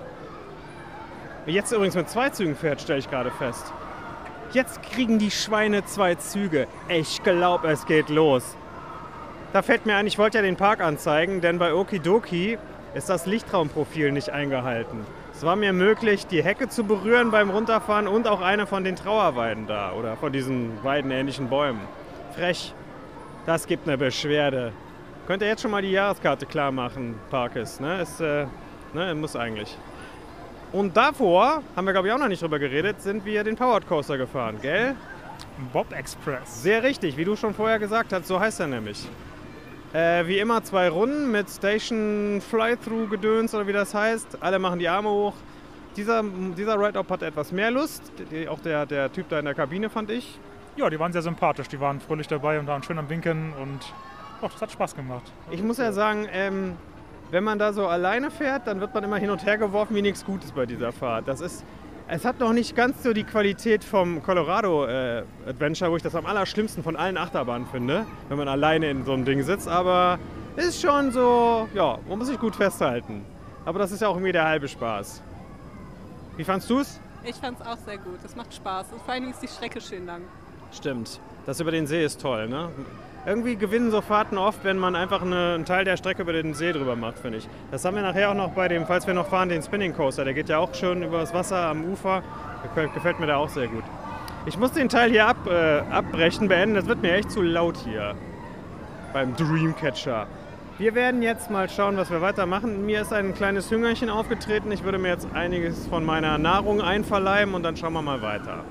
Jetzt übrigens mit zwei Zügen fährt, stelle ich gerade fest. Jetzt kriegen die Schweine zwei Züge. Ich glaube, es geht los. Da fällt mir ein, ich wollte ja den Park anzeigen, denn bei Okidoki ist das Lichtraumprofil nicht eingehalten. Es war mir möglich, die Hecke zu berühren beim Runterfahren und auch eine von den Trauerweiden da oder von diesen weidenähnlichen Bäumen. Frech. Das gibt eine Beschwerde. Könnt ihr jetzt schon mal die Jahreskarte klar machen, Parkes, ne? Ist, äh, ne, muss eigentlich. Und davor, haben wir glaube ich auch noch nicht drüber geredet, sind wir den Powered Coaster gefahren, gell? Bob Express. Sehr richtig, wie du schon vorher gesagt hast, so heißt er nämlich. Äh, wie immer zwei Runden mit Station Fly-Through Gedöns oder wie das heißt. Alle machen die Arme hoch. Dieser, dieser Ride-Up hat etwas mehr Lust. Die, auch der, der Typ da in der Kabine fand ich. Ja, die waren sehr sympathisch. Die waren fröhlich dabei und waren schön am Winken und oh, das hat Spaß gemacht. Ich muss ja sagen, ähm, wenn man da so alleine fährt, dann wird man immer hin und her geworfen wie nichts Gutes bei dieser Fahrt. Das ist, es hat noch nicht ganz so die Qualität vom Colorado äh, Adventure, wo ich das am allerschlimmsten von allen Achterbahnen finde, wenn man alleine in so einem Ding sitzt. Aber ist schon so, ja, man muss sich gut festhalten. Aber das ist ja auch irgendwie der halbe Spaß. Wie fandst du es? Ich fand es auch sehr gut. Es macht Spaß. Und vor allem ist die Strecke schön lang. Stimmt. Das über den See ist toll, ne? Irgendwie gewinnen so Fahrten oft, wenn man einfach eine, einen Teil der Strecke über den See drüber macht, finde ich. Das haben wir nachher auch noch bei dem, falls wir noch fahren, den Spinning Coaster. Der geht ja auch schön über das Wasser am Ufer. Der gefällt mir da auch sehr gut. Ich muss den Teil hier ab, äh, abbrechen, beenden. Das wird mir echt zu laut hier beim Dreamcatcher. Wir werden jetzt mal schauen, was wir weitermachen. Mir ist ein kleines Hüngerchen aufgetreten. Ich würde mir jetzt einiges von meiner Nahrung einverleiben und dann schauen wir mal weiter.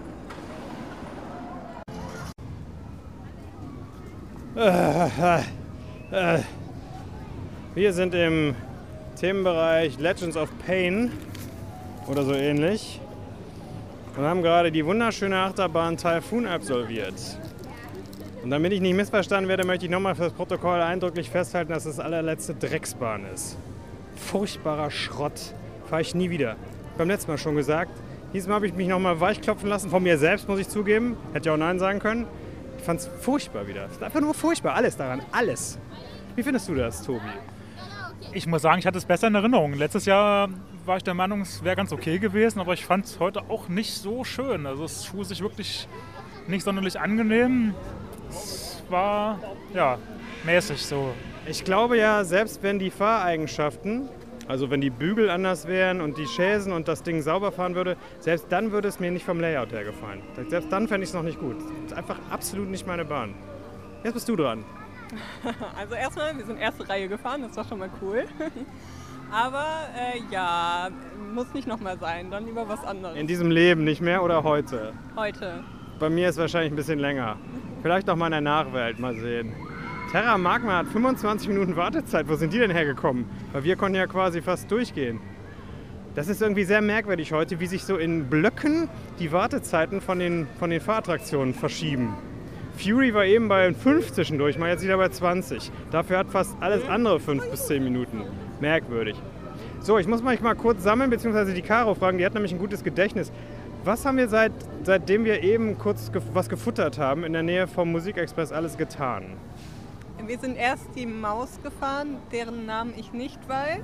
Wir sind im Themenbereich Legends of Pain oder so ähnlich und haben gerade die wunderschöne Achterbahn Typhoon absolviert. Und damit ich nicht missverstanden werde, möchte ich nochmal für das Protokoll eindrücklich festhalten, dass das allerletzte Drecksbahn ist. Furchtbarer Schrott. Fahre ich nie wieder. Beim letzten Mal schon gesagt. Diesmal habe ich mich nochmal weichklopfen lassen, von mir selbst, muss ich zugeben. Hätte ja auch Nein sagen können. Ich fand es furchtbar wieder. Es ist einfach nur furchtbar. Alles daran. Alles. Wie findest du das, Tobi? Ich muss sagen, ich hatte es besser in Erinnerung. Letztes Jahr war ich der Meinung, es wäre ganz okay gewesen, aber ich fand es heute auch nicht so schön. Also es fuhr sich wirklich nicht sonderlich angenehm. Es war, ja, mäßig so. Ich glaube ja, selbst wenn die Fahreigenschaften, also wenn die Bügel anders wären und die Chaisen und das Ding sauber fahren würde, selbst dann würde es mir nicht vom Layout her gefallen. Selbst dann fände ich es noch nicht gut. Das ist einfach absolut nicht meine Bahn. Jetzt bist du dran. Also erstmal, wir sind erste Reihe gefahren, das war schon mal cool. Aber äh, ja, muss nicht nochmal sein, dann lieber was anderes. In diesem Leben nicht mehr oder heute? Heute. Bei mir ist wahrscheinlich ein bisschen länger. Vielleicht noch mal in der Nachwelt, mal sehen. Terra Magma hat fünfundzwanzig Minuten Wartezeit. Wo sind die denn hergekommen? Weil wir konnten ja quasi fast durchgehen. Das ist irgendwie sehr merkwürdig heute, wie sich so in Blöcken die Wartezeiten von den, von den Fahrattraktionen verschieben. Fury war eben bei fünf zwischendurch, mal jetzt wieder bei zwanzig. Dafür hat fast alles andere fünf bis zehn Minuten. Merkwürdig. So, ich muss mich mal kurz sammeln, beziehungsweise die Caro fragen, die hat nämlich ein gutes Gedächtnis. Was haben wir seit, seitdem wir eben kurz ge- was gefuttert haben, in der Nähe vom Musikexpress alles getan? Wir sind erst die Maus gefahren, deren Namen ich nicht weiß.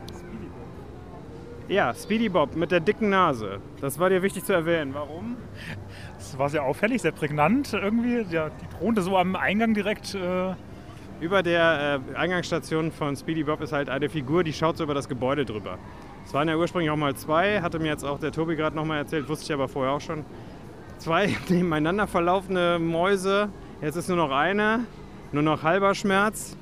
Ja, Speedy Bob mit der dicken Nase. Das war dir wichtig zu erwähnen. Warum? Es war sehr auffällig, sehr prägnant irgendwie. Ja, die thronte so am Eingang direkt. Äh Über der äh, Eingangsstation von Speedy Bob ist halt eine Figur, die schaut so über das Gebäude drüber. Es waren ja ursprünglich auch mal zwei, hatte mir jetzt auch der Tobi gerade nochmal erzählt, wusste ich aber vorher auch schon. Zwei nebeneinander verlaufende Mäuse, jetzt ist nur noch eine, nur noch halber Schmerz.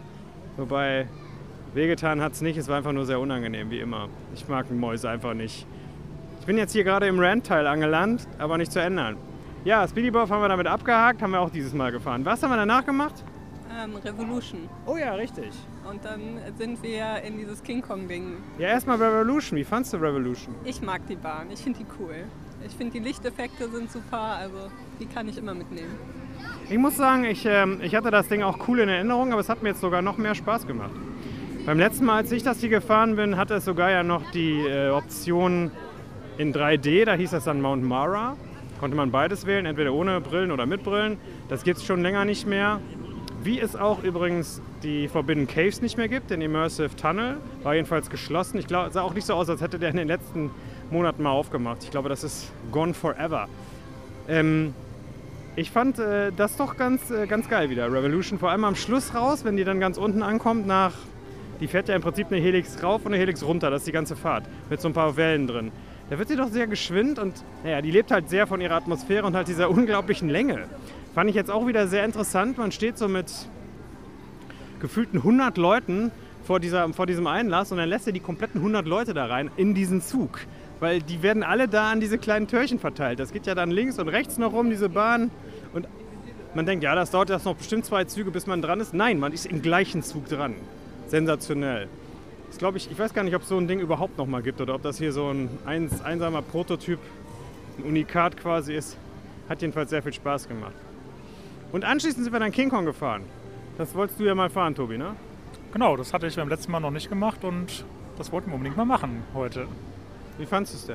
Wobei, wehgetan hat es nicht, es war einfach nur sehr unangenehm, wie immer. Ich mag Mäuse einfach nicht. Ich bin jetzt hier gerade im Rand-Teil angelandet, aber nicht zu ändern. Ja, Speedybuff haben wir damit abgehakt, haben wir auch dieses Mal gefahren. Was haben wir danach gemacht? Ähm, Revolution. Oh ja, richtig. Und dann sind wir in dieses King Kong-Ding. Ja, erstmal Revolution. Wie fandst du Revolution? Ich mag die Bahn, ich finde die cool. Ich finde die Lichteffekte sind super, also die kann ich immer mitnehmen. Ich muss sagen, ich, ähm, ich hatte das Ding auch cool in Erinnerung, aber es hat mir jetzt sogar noch mehr Spaß gemacht. Beim letzten Mal, als ich das hier gefahren bin, hatte es sogar ja noch die äh, Option in drei D, da hieß das dann Mount Mara. Konnte man beides wählen, entweder ohne Brillen oder mit Brillen. Das gibt es schon länger nicht mehr. Wie es auch übrigens die Forbidden Caves nicht mehr gibt, den Immersive Tunnel, war jedenfalls geschlossen. Ich glaube, es sah auch nicht so aus, als hätte der in den letzten Monaten mal aufgemacht. Ich glaube, das ist gone forever. Ähm, ich fand äh, das doch ganz, äh, ganz geil wieder, Revolution. Vor allem am Schluss raus, wenn die dann ganz unten ankommt, nach, die fährt ja im Prinzip eine Helix rauf und eine Helix runter, das ist die ganze Fahrt, mit so ein paar Wellen drin. Da wird sie doch sehr geschwind und naja, die lebt halt sehr von ihrer Atmosphäre und halt dieser unglaublichen Länge. Fand ich jetzt auch wieder sehr interessant. Man steht so mit gefühlten hundert Leuten vor, dieser, vor diesem Einlass und dann lässt er die kompletten hundert Leute da rein in diesen Zug. Weil die werden alle da an diese kleinen Türchen verteilt. Das geht ja dann links und rechts noch rum, diese Bahn. Und man denkt, ja, das dauert jetzt noch bestimmt zwei Züge, bis man dran ist. Nein, man ist im gleichen Zug dran. Sensationell. Das glaube ich, ich weiß gar nicht, ob es so ein Ding überhaupt noch mal gibt oder ob das hier so ein eins, einsamer Prototyp, ein Unikat quasi ist. Hat jedenfalls sehr viel Spaß gemacht. Und anschließend sind wir dann King Kong gefahren. Das wolltest du ja mal fahren, Tobi, ne? Genau, das hatte ich beim letzten Mal noch nicht gemacht und das wollten wir unbedingt mal machen heute. Wie fandest du es denn?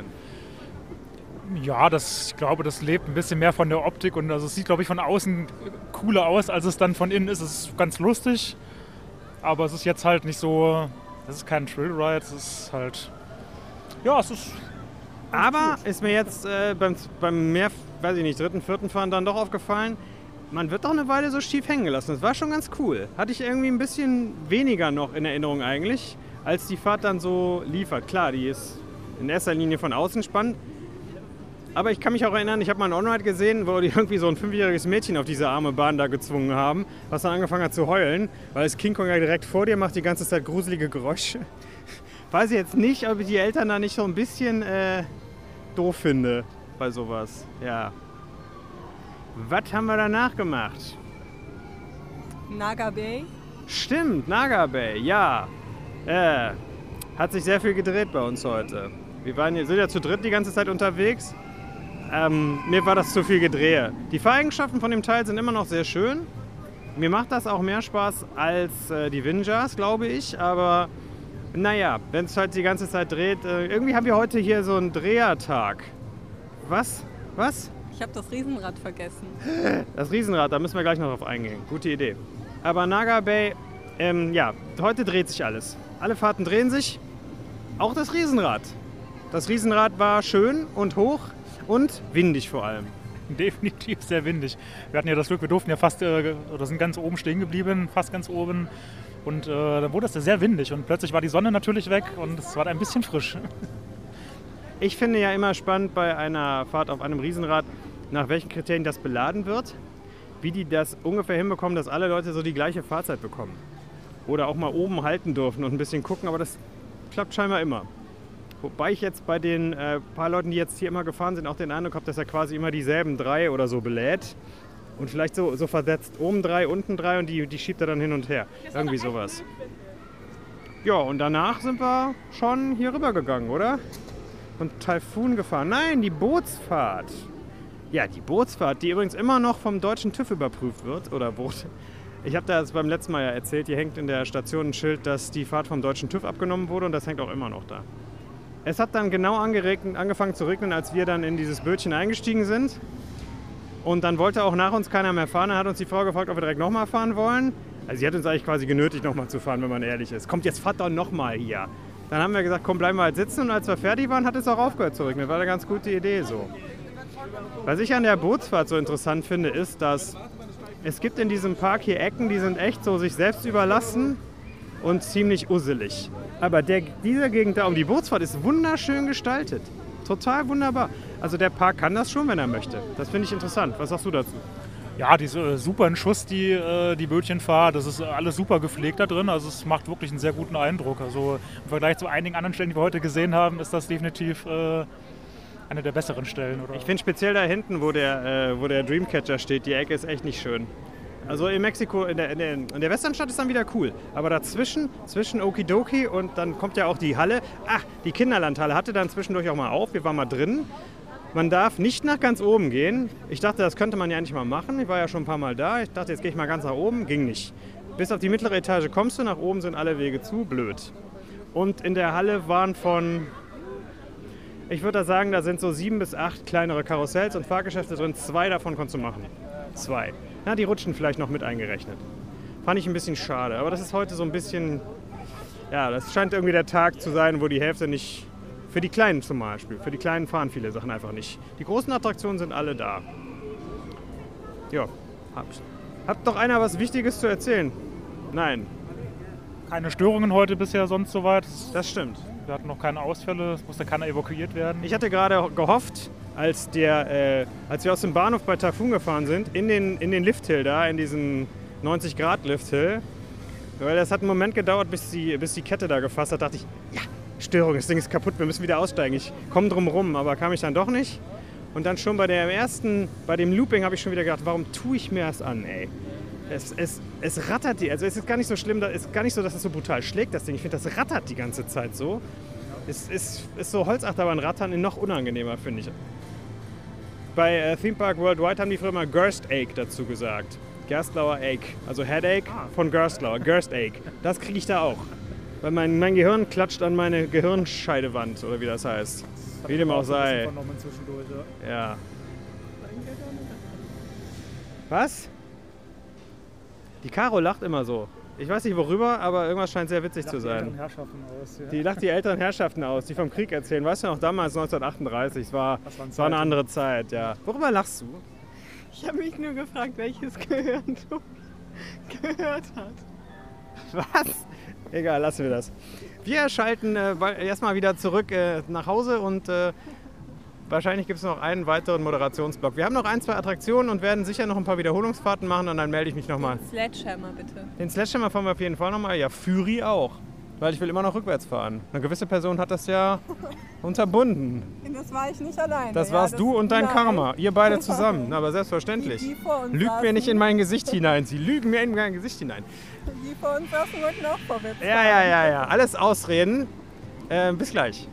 Ja, das, ich glaube, das lebt ein bisschen mehr von der Optik und also es sieht, glaube ich, von außen cooler aus, als es dann von innen ist. Es ist ganz lustig, aber es ist jetzt halt nicht so, es ist kein Thrill-Ride, es ist halt, ja, es ist... Aber ist mir jetzt äh, beim, beim mehr, weiß ich nicht, dritten, vierten Fahren dann doch aufgefallen, man wird doch eine Weile so schief hängen gelassen. Das war schon ganz cool. Hatte ich irgendwie ein bisschen weniger noch in Erinnerung eigentlich, als die Fahrt dann so liefert. Klar, die ist in erster Linie von außen spannend. Aber ich kann mich auch erinnern, ich habe mal einen On-Ride gesehen, wo die irgendwie so ein fünfjähriges Mädchen auf diese arme Bahn da gezwungen haben, was dann angefangen hat zu heulen, weil das King Kong ja direkt vor dir macht die ganze Zeit gruselige Geräusche. Weiß ich jetzt nicht, ob ich die Eltern da nicht so ein bisschen äh, doof finde bei sowas. Ja. Was haben wir danach gemacht? Naga Bay. Stimmt, Naga Bay, ja. Äh, hat sich sehr viel gedreht bei uns heute. Wir waren, sind ja zu dritt die ganze Zeit unterwegs. Ähm, mir war das zu viel Gedrehe. Die Fahreigenschaften von dem Teil sind immer noch sehr schön. Mir macht das auch mehr Spaß als äh, die Vinjas, glaube ich. Aber naja, wenn es halt die ganze Zeit dreht. Äh, irgendwie haben wir heute hier so einen Drehertag. Was? Was? Ich habe das Riesenrad vergessen. Das Riesenrad, da müssen wir gleich noch drauf eingehen. Gute Idee. Aber Naga Bay, ähm, ja, heute dreht sich alles. Alle Fahrten drehen sich. Auch das Riesenrad. Das Riesenrad war schön und hoch und windig vor allem. Definitiv sehr windig. Wir hatten ja das Glück, wir durften ja fast, äh, oder sind ganz oben stehen geblieben, fast ganz oben. Und äh, dann wurde es ja sehr windig und plötzlich war die Sonne natürlich weg und es war ein bisschen frisch. Ich finde ja immer spannend bei einer Fahrt auf einem Riesenrad, nach welchen Kriterien das beladen wird, wie die das ungefähr hinbekommen, dass alle Leute so die gleiche Fahrzeit bekommen. Oder auch mal oben halten dürfen und ein bisschen gucken, aber das klappt scheinbar immer. Wobei ich jetzt bei den äh, paar Leuten, die jetzt hier immer gefahren sind, auch den Eindruck habe, dass er quasi immer dieselben drei oder so belädt. Und vielleicht so, so versetzt, oben drei, unten drei und die, die schiebt er dann hin und her. Irgendwie sowas. Ja, und danach sind wir schon hier rüber gegangen, oder? Und Typhoon gefahren. Nein, die Bootsfahrt. Ja, die Bootsfahrt, die übrigens immer noch vom deutschen TÜV überprüft wird, oder wurde. Ich habe das beim letzten Mal ja erzählt, hier hängt in der Station ein Schild, dass die Fahrt vom deutschen TÜV abgenommen wurde und das hängt auch immer noch da. Es hat dann genau angeregnet, angefangen zu regnen, als wir dann in dieses Bötchen eingestiegen sind. Und dann wollte auch nach uns keiner mehr fahren. Dann hat uns die Frau gefragt, ob wir direkt nochmal fahren wollen. Also sie hat uns eigentlich quasi genötigt, nochmal zu fahren, wenn man ehrlich ist. Kommt, jetzt fahrt doch nochmal hier. Dann haben wir gesagt, komm, bleiben wir halt sitzen. Und als wir fertig waren, hat es auch aufgehört zu regnen. War eine ganz gute Idee so. Was ich an der Bootsfahrt so interessant finde, ist, dass es gibt in diesem Park hier Ecken, die sind echt so sich selbst überlassen und ziemlich usselig. Aber der, diese Gegend da um die Bootsfahrt ist wunderschön gestaltet. Total wunderbar. Also der Park kann das schon, wenn er möchte. Das finde ich interessant. Was sagst du dazu? Ja, diese äh, super in Schuss, die, äh, die Bötchenfahrt, das ist alles super gepflegt da drin. Also es macht wirklich einen sehr guten Eindruck. Also im Vergleich zu einigen anderen Stellen, die wir heute gesehen haben, ist das definitiv äh, eine der besseren Stellen. Oder? Ich finde speziell da hinten, wo der, äh, wo der Dreamcatcher steht, die Ecke ist echt nicht schön. Also in Mexiko, in der, in der, in der Westernstadt ist dann wieder cool. Aber dazwischen, zwischen Okidoki und dann kommt ja auch die Halle. Ach, die Kinderlandhalle hatte dann zwischendurch auch mal auf. Wir waren mal drin. Man darf nicht nach ganz oben gehen. Ich dachte, das könnte man ja eigentlich mal machen. Ich war ja schon ein paar Mal da. Ich dachte, jetzt gehe ich mal ganz nach oben. Ging nicht. Bis auf die mittlere Etage kommst du, nach oben sind alle Wege zu. Blöd. Und in der Halle waren von, ich würde da sagen, da sind so sieben bis acht kleinere Karussells und Fahrgeschäfte drin. Zwei davon konntest du machen. Zwei. Na, die rutschen vielleicht noch mit eingerechnet. Fand ich ein bisschen schade. Aber das ist heute so ein bisschen, ja, das scheint irgendwie der Tag zu sein, wo die Hälfte nicht, für die Kleinen zum Beispiel, für die Kleinen fahren viele Sachen einfach nicht. Die großen Attraktionen sind alle da. Ja, habt, habt noch einer was Wichtiges zu erzählen? Nein. Keine Störungen heute bisher sonst soweit. Das stimmt. Wir hatten noch keine Ausfälle, es musste keiner evakuiert werden. Ich hatte gerade gehofft, als, der, äh, als wir aus dem Bahnhof bei Typhoon gefahren sind, in den, in den Lifthill da, in diesen neunzig Grad Lifthill, weil das hat einen Moment gedauert, bis die, bis die Kette da gefasst hat, dachte ich, ja, Störung, das Ding ist kaputt, wir müssen wieder aussteigen. Ich komme drum rum, aber kam ich dann doch nicht. Und dann schon bei der ersten, bei dem Looping habe ich schon wieder gedacht, warum tue ich mir das an, ey? Es, es, es rattert die, also es ist gar nicht so schlimm, es ist gar nicht so, dass es so brutal schlägt, das Ding. Ich finde, das rattert die ganze Zeit so. Es ist, ist so Holzachterbahn-Rattern noch unangenehmer, finde ich. Bei äh, Theme Park Worldwide haben die früher mal Gerst-Ache dazu gesagt. Gerstlauer Ache, also Headache von Gerstlauer, Gerst-Ache. Das kriege ich da auch. Weil mein, mein Gehirn klatscht an meine Gehirnscheidewand, oder wie das heißt. Das Wie dem auch sei. vernommen zwischendurch, ja. Ja. Was? Die Caro lacht immer so. Ich weiß nicht worüber, aber irgendwas scheint sehr witzig zu sein. Die Herrschaften aus, ja. Die lacht die älteren Herrschaften aus, die vom Krieg erzählen. Weißt du noch, damals neunzehnhundertachtunddreißig, es war, Das waren es war eine Zeiten. andere Zeit, ja. Worüber lachst du? Ich habe mich nur gefragt, welches Gehirn du gehört hat. Was? Egal, lassen wir das. Wir schalten äh, erstmal wieder zurück äh, nach Hause und äh, wahrscheinlich gibt es noch einen weiteren Moderationsblock. Wir haben noch ein, zwei Attraktionen und werden sicher noch ein paar Wiederholungsfahrten machen und dann melde ich mich nochmal. Sledgehammer, bitte. Den Sledgehammer fahren wir auf jeden Fall nochmal. Ja, Fury auch. Weil ich will immer noch rückwärts fahren. Eine gewisse Person hat das ja unterbunden. Das war ich nicht alleine. Das ja, warst das- du und dein Nein. Karma. Ihr beide zusammen. Aber selbstverständlich. Die, die vor uns Lügt mir saßen, nicht in mein Gesicht hinein. Sie lügen mir in mein Gesicht hinein. Die vor uns saßen wollten auch vorwärts Ja, ja, ja, ja. Alles Ausreden. Äh, bis gleich.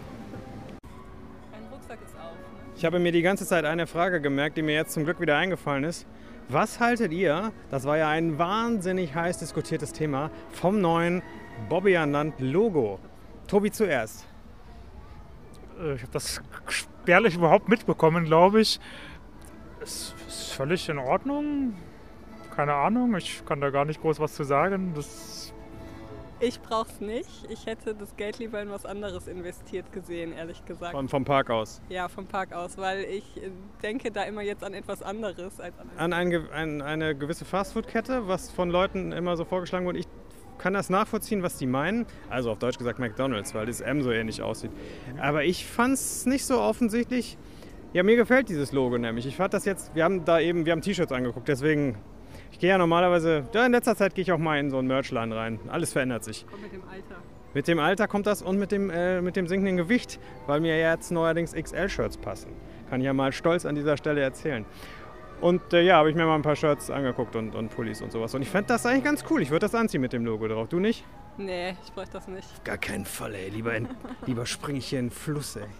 Mein Rucksack ist auf. Ne? Ich habe mir die ganze Zeit eine Frage gemerkt, die mir jetzt zum Glück wieder eingefallen ist. Was haltet ihr, das war ja ein wahnsinnig heiß diskutiertes Thema, vom neuen Bobbejaanland-Logo? Tobi zuerst. Äh, Ich habe das spärlich überhaupt mitbekommen, glaube ich. Es ist völlig in Ordnung. Keine Ahnung, ich kann da gar nicht groß was zu sagen. Das Ich brauch's nicht. Ich hätte das Geld lieber in was anderes investiert gesehen, ehrlich gesagt. Vom, vom Park aus. Ja, vom Park aus, weil ich äh, denke da immer jetzt an etwas anderes als an An ein, ge- ein, eine gewisse Fastfood-Kette, was von Leuten immer so vorgeschlagen wurde. Ich kann das nachvollziehen, was die meinen. Also auf Deutsch gesagt McDonald's, weil das M so ähnlich aussieht. Aber ich fand es nicht so offensichtlich. Ja, mir gefällt dieses Logo nämlich. Ich fand das jetzt, wir haben da eben, wir haben T-Shirts angeguckt, deswegen, ich gehe ja normalerweise, ja, in letzter Zeit gehe ich auch mal in so einen Merchladen rein. Alles verändert sich. Kommt mit dem Alter. Mit dem Alter kommt das und mit dem, äh, mit dem sinkenden Gewicht, weil mir jetzt neuerdings X L-Shirts passen. Kann ich ja mal stolz an dieser Stelle erzählen. Und äh, ja, habe ich mir mal ein paar Shirts angeguckt und, und Pullis und sowas. Und ich fand das eigentlich ganz cool. Ich würde das anziehen mit dem Logo drauf. Du nicht? Nee, ich bräuchte das nicht. Auf gar keinen Fall, ey. Lieber, in, lieber springe ich hier in den Fluss, ey.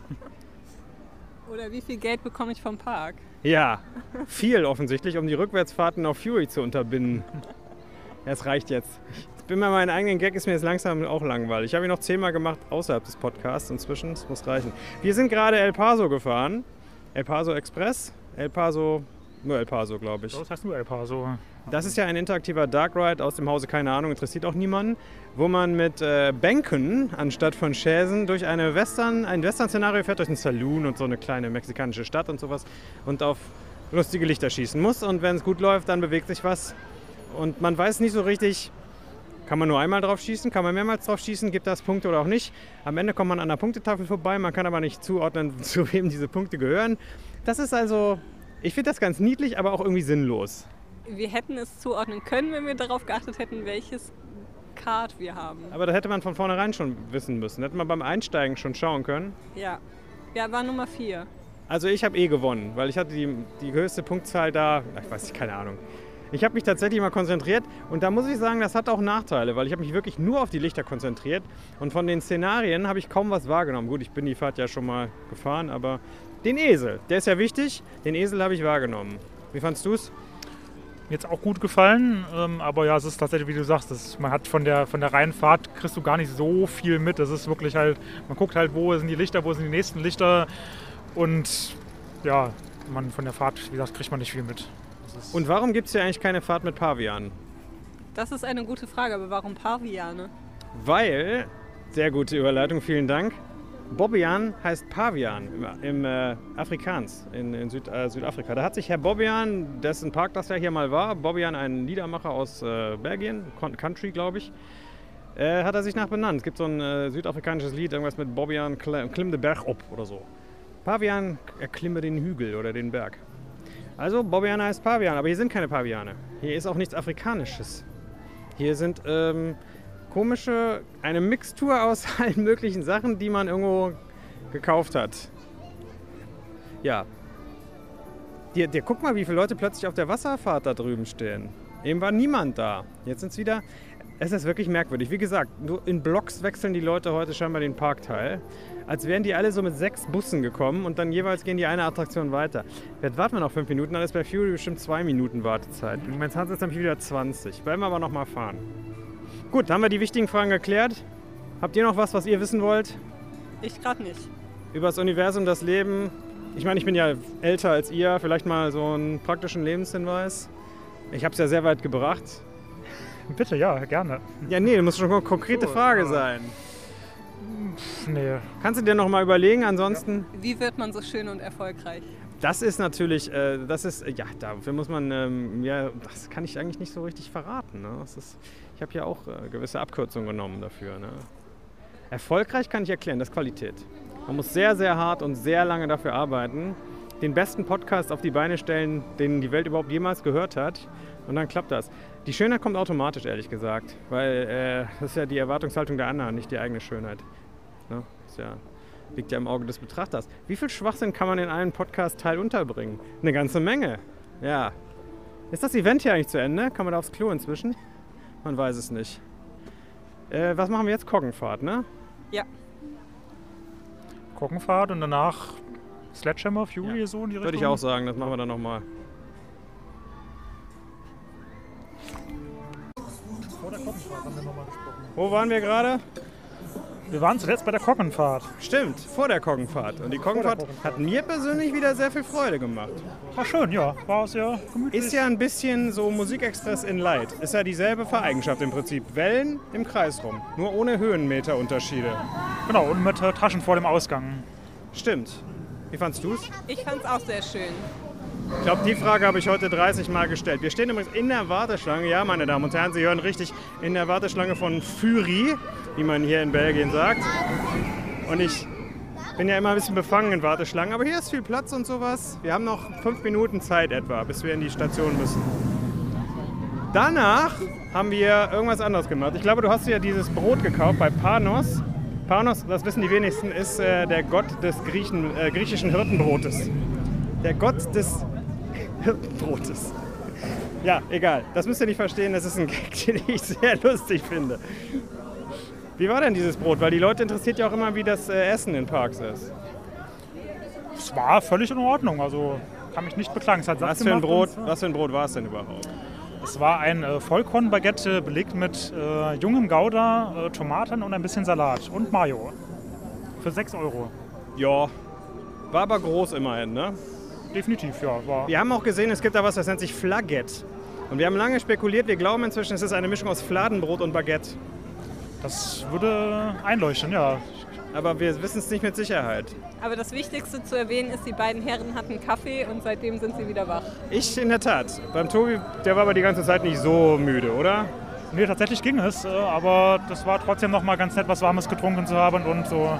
Oder wie viel Geld bekomme ich vom Park? Ja, viel offensichtlich, um die Rückwärtsfahrten auf Fury zu unterbinden. Das reicht jetzt. Ich bin bei meinen eigenen Gag, ist mir jetzt langsam auch langweilig. Ich habe ihn noch zehnmal gemacht außerhalb des Podcasts inzwischen. Das muss reichen. Wir sind gerade El Paso gefahren. El Paso Express. El Paso, nur El Paso, glaube ich. das heißt nur El Paso. Das ist ja ein interaktiver Dark Ride aus dem Hause, keine Ahnung, interessiert auch niemanden, wo man mit äh, Bänken anstatt von Chaisen durch eine Western, ein Western-Szenario fährt, durch einen Saloon und so eine kleine mexikanische Stadt und sowas und auf lustige Lichter schießen muss. Und wenn es gut läuft, dann bewegt sich was. Und man weiß nicht so richtig, kann man nur einmal drauf schießen, kann man mehrmals drauf schießen, gibt das Punkte oder auch nicht. Am Ende kommt man an der Punktetafel vorbei, man kann aber nicht zuordnen, zu wem diese Punkte gehören. Das ist also Ich finde das ganz niedlich, aber auch irgendwie sinnlos. Wir hätten es zuordnen können, wenn wir darauf geachtet hätten, welches Kart wir haben. Aber da hätte man von vornherein schon wissen müssen. Hätte man beim Einsteigen schon schauen können. Ja, ja, war Nummer vier. Also ich habe eh gewonnen, weil ich hatte die, die höchste Punktzahl da, ich weiß nicht, keine Ahnung. Ich habe mich tatsächlich mal konzentriert und da muss ich sagen, das hat auch Nachteile, weil ich habe mich wirklich nur auf die Lichter konzentriert und von den Szenarien habe ich kaum was wahrgenommen. Gut, ich bin die Fahrt ja schon mal gefahren, aber den Esel, der ist ja wichtig, den Esel habe ich wahrgenommen. Wie fandst du es? Mir jetzt auch gut gefallen, ähm, aber ja, es ist tatsächlich, wie du sagst, das, man hat von der, von der reinen Fahrt kriegst du gar nicht so viel mit. Das ist wirklich halt, man guckt halt, wo sind die Lichter, wo sind die nächsten Lichter und ja, man, von der Fahrt, wie gesagt, kriegt man nicht viel mit. Und warum gibt es hier eigentlich keine Fahrt mit Pavianen? Das ist eine gute Frage, aber warum Paviane? Weil, sehr gute Überleitung, vielen Dank, Bobbejaan heißt Pavian im, im äh, Afrikaans in, in Süd, äh, Südafrika. Da hat sich Herr Bobbejaan, dessen Park das ja hier mal war, Bobbejaan, ein Liedermacher aus äh, Belgien, Country glaube ich, äh, hat er sich nach benannt. Es gibt so ein äh, südafrikanisches Lied, irgendwas mit Bobbejaan, klimm den Berg op oder so. Pavian, erklimme den Hügel oder den Berg. Also Bobbejaan heißt Pavian, aber hier sind keine Paviane. Hier ist auch nichts Afrikanisches. Hier sind ähm, komische, eine Mixtur aus allen möglichen Sachen, die man irgendwo gekauft hat. Ja. Dir, dir, guck mal, wie viele Leute plötzlich auf der Wasserfahrt da drüben stehen. Eben war niemand da. Jetzt sind es wieder... Es ist wirklich merkwürdig. Wie gesagt, nur in Blocks wechseln die Leute heute scheinbar den Parkteil. Als wären die alle so mit sechs Bussen gekommen und dann jeweils gehen die eine Attraktion weiter. Jetzt warten wir noch fünf Minuten, dann ist bei Fury bestimmt zwei Minuten Wartezeit. Im Moment haben es jetzt nämlich wieder zwanzig. Bleiben wir aber noch mal fahren. Gut, haben wir die wichtigen Fragen geklärt. Habt ihr noch was, was ihr wissen wollt? Ich gerade nicht. Über das Universum, das Leben. Ich meine, ich bin ja älter als ihr. Vielleicht mal so einen praktischen Lebenshinweis. Ich habe es ja sehr weit gebracht. Bitte, ja, gerne. Ja, nee, das muss schon eine konkrete so, Frage ja. sein. Pff, nee. Kannst du dir noch mal überlegen, ansonsten? Wie wird man so schön und erfolgreich? Das ist natürlich, äh, das ist, ja, dafür muss man, ähm, ja, das kann ich eigentlich nicht so richtig verraten. Ne? Das ist, ich habe ja auch äh, gewisse Abkürzungen genommen dafür. Ne? Erfolgreich kann ich erklären, das ist Qualität. Man muss sehr, sehr hart und sehr lange dafür arbeiten, den besten Podcast auf die Beine stellen, den die Welt überhaupt jemals gehört hat. Und dann klappt das. Die Schönheit kommt automatisch, ehrlich gesagt. Weil äh, das ist ja die Erwartungshaltung der anderen, nicht die eigene Schönheit. Ne? Das ist ja, liegt ja im Auge des Betrachters. Wie viel Schwachsinn kann man in einem Podcast-Teil unterbringen? Eine ganze Menge. Ja. Ist das Event hier eigentlich zu Ende? Kann man da aufs Klo inzwischen? Man weiß es nicht. Äh, was machen wir jetzt? Koggenfahrt, ne? Ja. Koggenfahrt und danach Sledgehammer, Fury, ja. So in die Richtung? Würde ich auch sagen, das machen wir dann nochmal. Vor der Koggenfahrt haben wir nochmal gesprochen. Wo waren wir gerade? Wir waren zuletzt bei der Koggenfahrt. Stimmt, vor der Koggenfahrt. Und die Koggenfahrt, Koggenfahrt hat mir persönlich wieder sehr viel Freude gemacht. War schön, ja. War sehr gemütlich. Ist ja ein bisschen so Musikexpress in Light. Ist ja dieselbe Fahreigenschaft im Prinzip. Wellen im Kreis rum, nur ohne Höhenmeterunterschiede. Genau, und mit äh, Taschen vor dem Ausgang. Stimmt. Wie fandst du es? Ich fand es auch sehr schön. Ich glaube, die Frage habe ich heute dreißig Mal gestellt. Wir stehen übrigens in der Warteschlange, ja, meine Damen und Herren, Sie hören richtig, in der Warteschlange von Fury, wie man hier in Belgien sagt. Und ich bin ja immer ein bisschen befangen in Warteschlangen, aber hier ist viel Platz und sowas. Wir haben noch fünf Minuten Zeit etwa, bis wir in die Station müssen. Danach haben wir irgendwas anderes gemacht. Ich glaube, du hast ja dieses Brot gekauft bei Panos. Panos, das wissen die wenigsten, ist äh, der Gott des Griechen, äh, griechischen Hirtenbrotes. Der Gott des Hirtenbrotes. Ja, egal. Das müsst ihr nicht verstehen. Das ist ein Gag, den ich sehr lustig finde. Wie war denn dieses Brot? Weil die Leute interessiert ja auch immer, wie das äh, Essen in Parks ist. Es war völlig in Ordnung. Also kann mich nicht beklagen. Es hat was, für ein Brot, was für ein Brot war es denn überhaupt? Es war ein äh, Vollkornbaguette belegt mit äh, jungem Gouda, äh, Tomaten und ein bisschen Salat und Mayo. Für sechs Euro. Ja, war aber groß immerhin, ne? Definitiv, ja. War. Wir haben auch gesehen, es gibt da was, das nennt sich Flaggette. Und wir haben lange spekuliert, wir glauben inzwischen, es ist eine Mischung aus Fladenbrot und Baguette. Das würde einleuchten, ja. Aber wir wissen es nicht mit Sicherheit. Aber das Wichtigste zu erwähnen ist, die beiden Herren hatten Kaffee und seitdem sind sie wieder wach. Ich in der Tat. Beim Tobi, der war aber die ganze Zeit nicht so müde, oder? Nee, tatsächlich ging es. Aber das war trotzdem noch mal ganz nett, was Warmes getrunken zu haben und so einen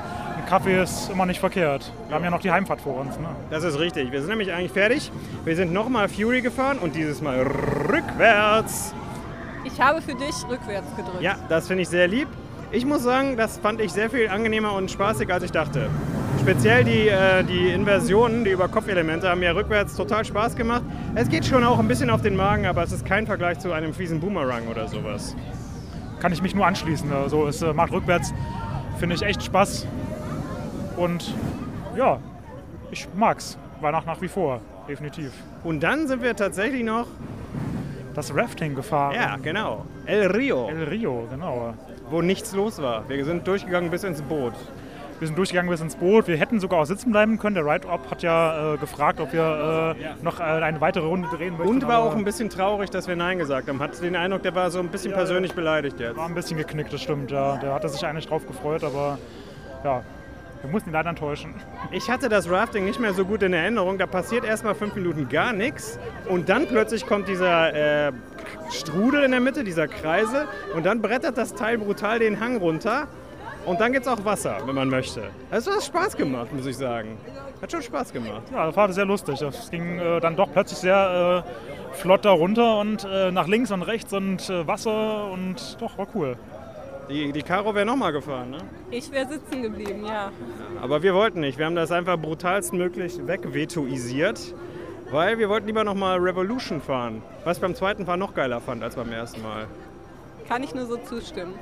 Kaffee ist immer nicht verkehrt. Wir haben ja noch die Heimfahrt vor uns. Ne? Das ist richtig. Wir sind nämlich eigentlich fertig. Wir sind nochmal Fury gefahren und dieses Mal rückwärts. Ich habe für dich rückwärts gedrückt. Ja, das finde ich sehr lieb. Ich muss sagen, das fand ich sehr viel angenehmer und spaßig, als ich dachte. Speziell die, äh, die Inversionen, die Überkopfelemente, haben mir rückwärts total Spaß gemacht. Es geht schon auch ein bisschen auf den Magen, aber es ist kein Vergleich zu einem fiesen Boomerang oder sowas. Kann ich mich nur anschließen. Also es äh, macht rückwärts, finde ich, echt Spaß. Und ja, ich mag's. War nach, nach wie vor, definitiv. Und dann sind wir tatsächlich noch... Das Rafting gefahren. Ja, genau. El Rio. El Rio, genau. Wo nichts los war. Wir sind durchgegangen bis ins Boot. Wir sind durchgegangen bis ins Boot. Wir hätten sogar auch sitzen bleiben können. Der Ride-Op hat ja äh, gefragt, ob wir äh, ja. noch äh, eine weitere Runde drehen möchten. Und war auch ein bisschen traurig, dass wir Nein gesagt haben. Hat den Eindruck, der war so ein bisschen ja, persönlich beleidigt jetzt. War ein bisschen geknickt, das stimmt. Ja. Der hatte sich eigentlich drauf gefreut, aber ja, wir mussten ihn leider enttäuschen. Ich hatte das Rafting nicht mehr so gut in Erinnerung. Da passiert erstmal fünf Minuten gar nichts. Und dann plötzlich kommt dieser äh, Strudel in der Mitte, dieser Kreisel. Und dann brettert das Teil brutal den Hang runter. Und dann gibt es auch Wasser, wenn man möchte. Also hat Spaß gemacht, muss ich sagen. Hat schon Spaß gemacht. Ja, das war sehr lustig. Es ging äh, dann doch plötzlich sehr äh, flott da runter und äh, nach links und rechts und äh, Wasser und doch, war cool. Die, die Caro wäre nochmal gefahren, ne? Ich wäre sitzen geblieben, ja. Aber wir wollten nicht. Wir haben das einfach brutalstmöglich wegvetuisiert, weil wir wollten lieber nochmal Revolution fahren. Was ich beim zweiten Fahren noch geiler fand als beim ersten Mal. Kann ich nur so zustimmen.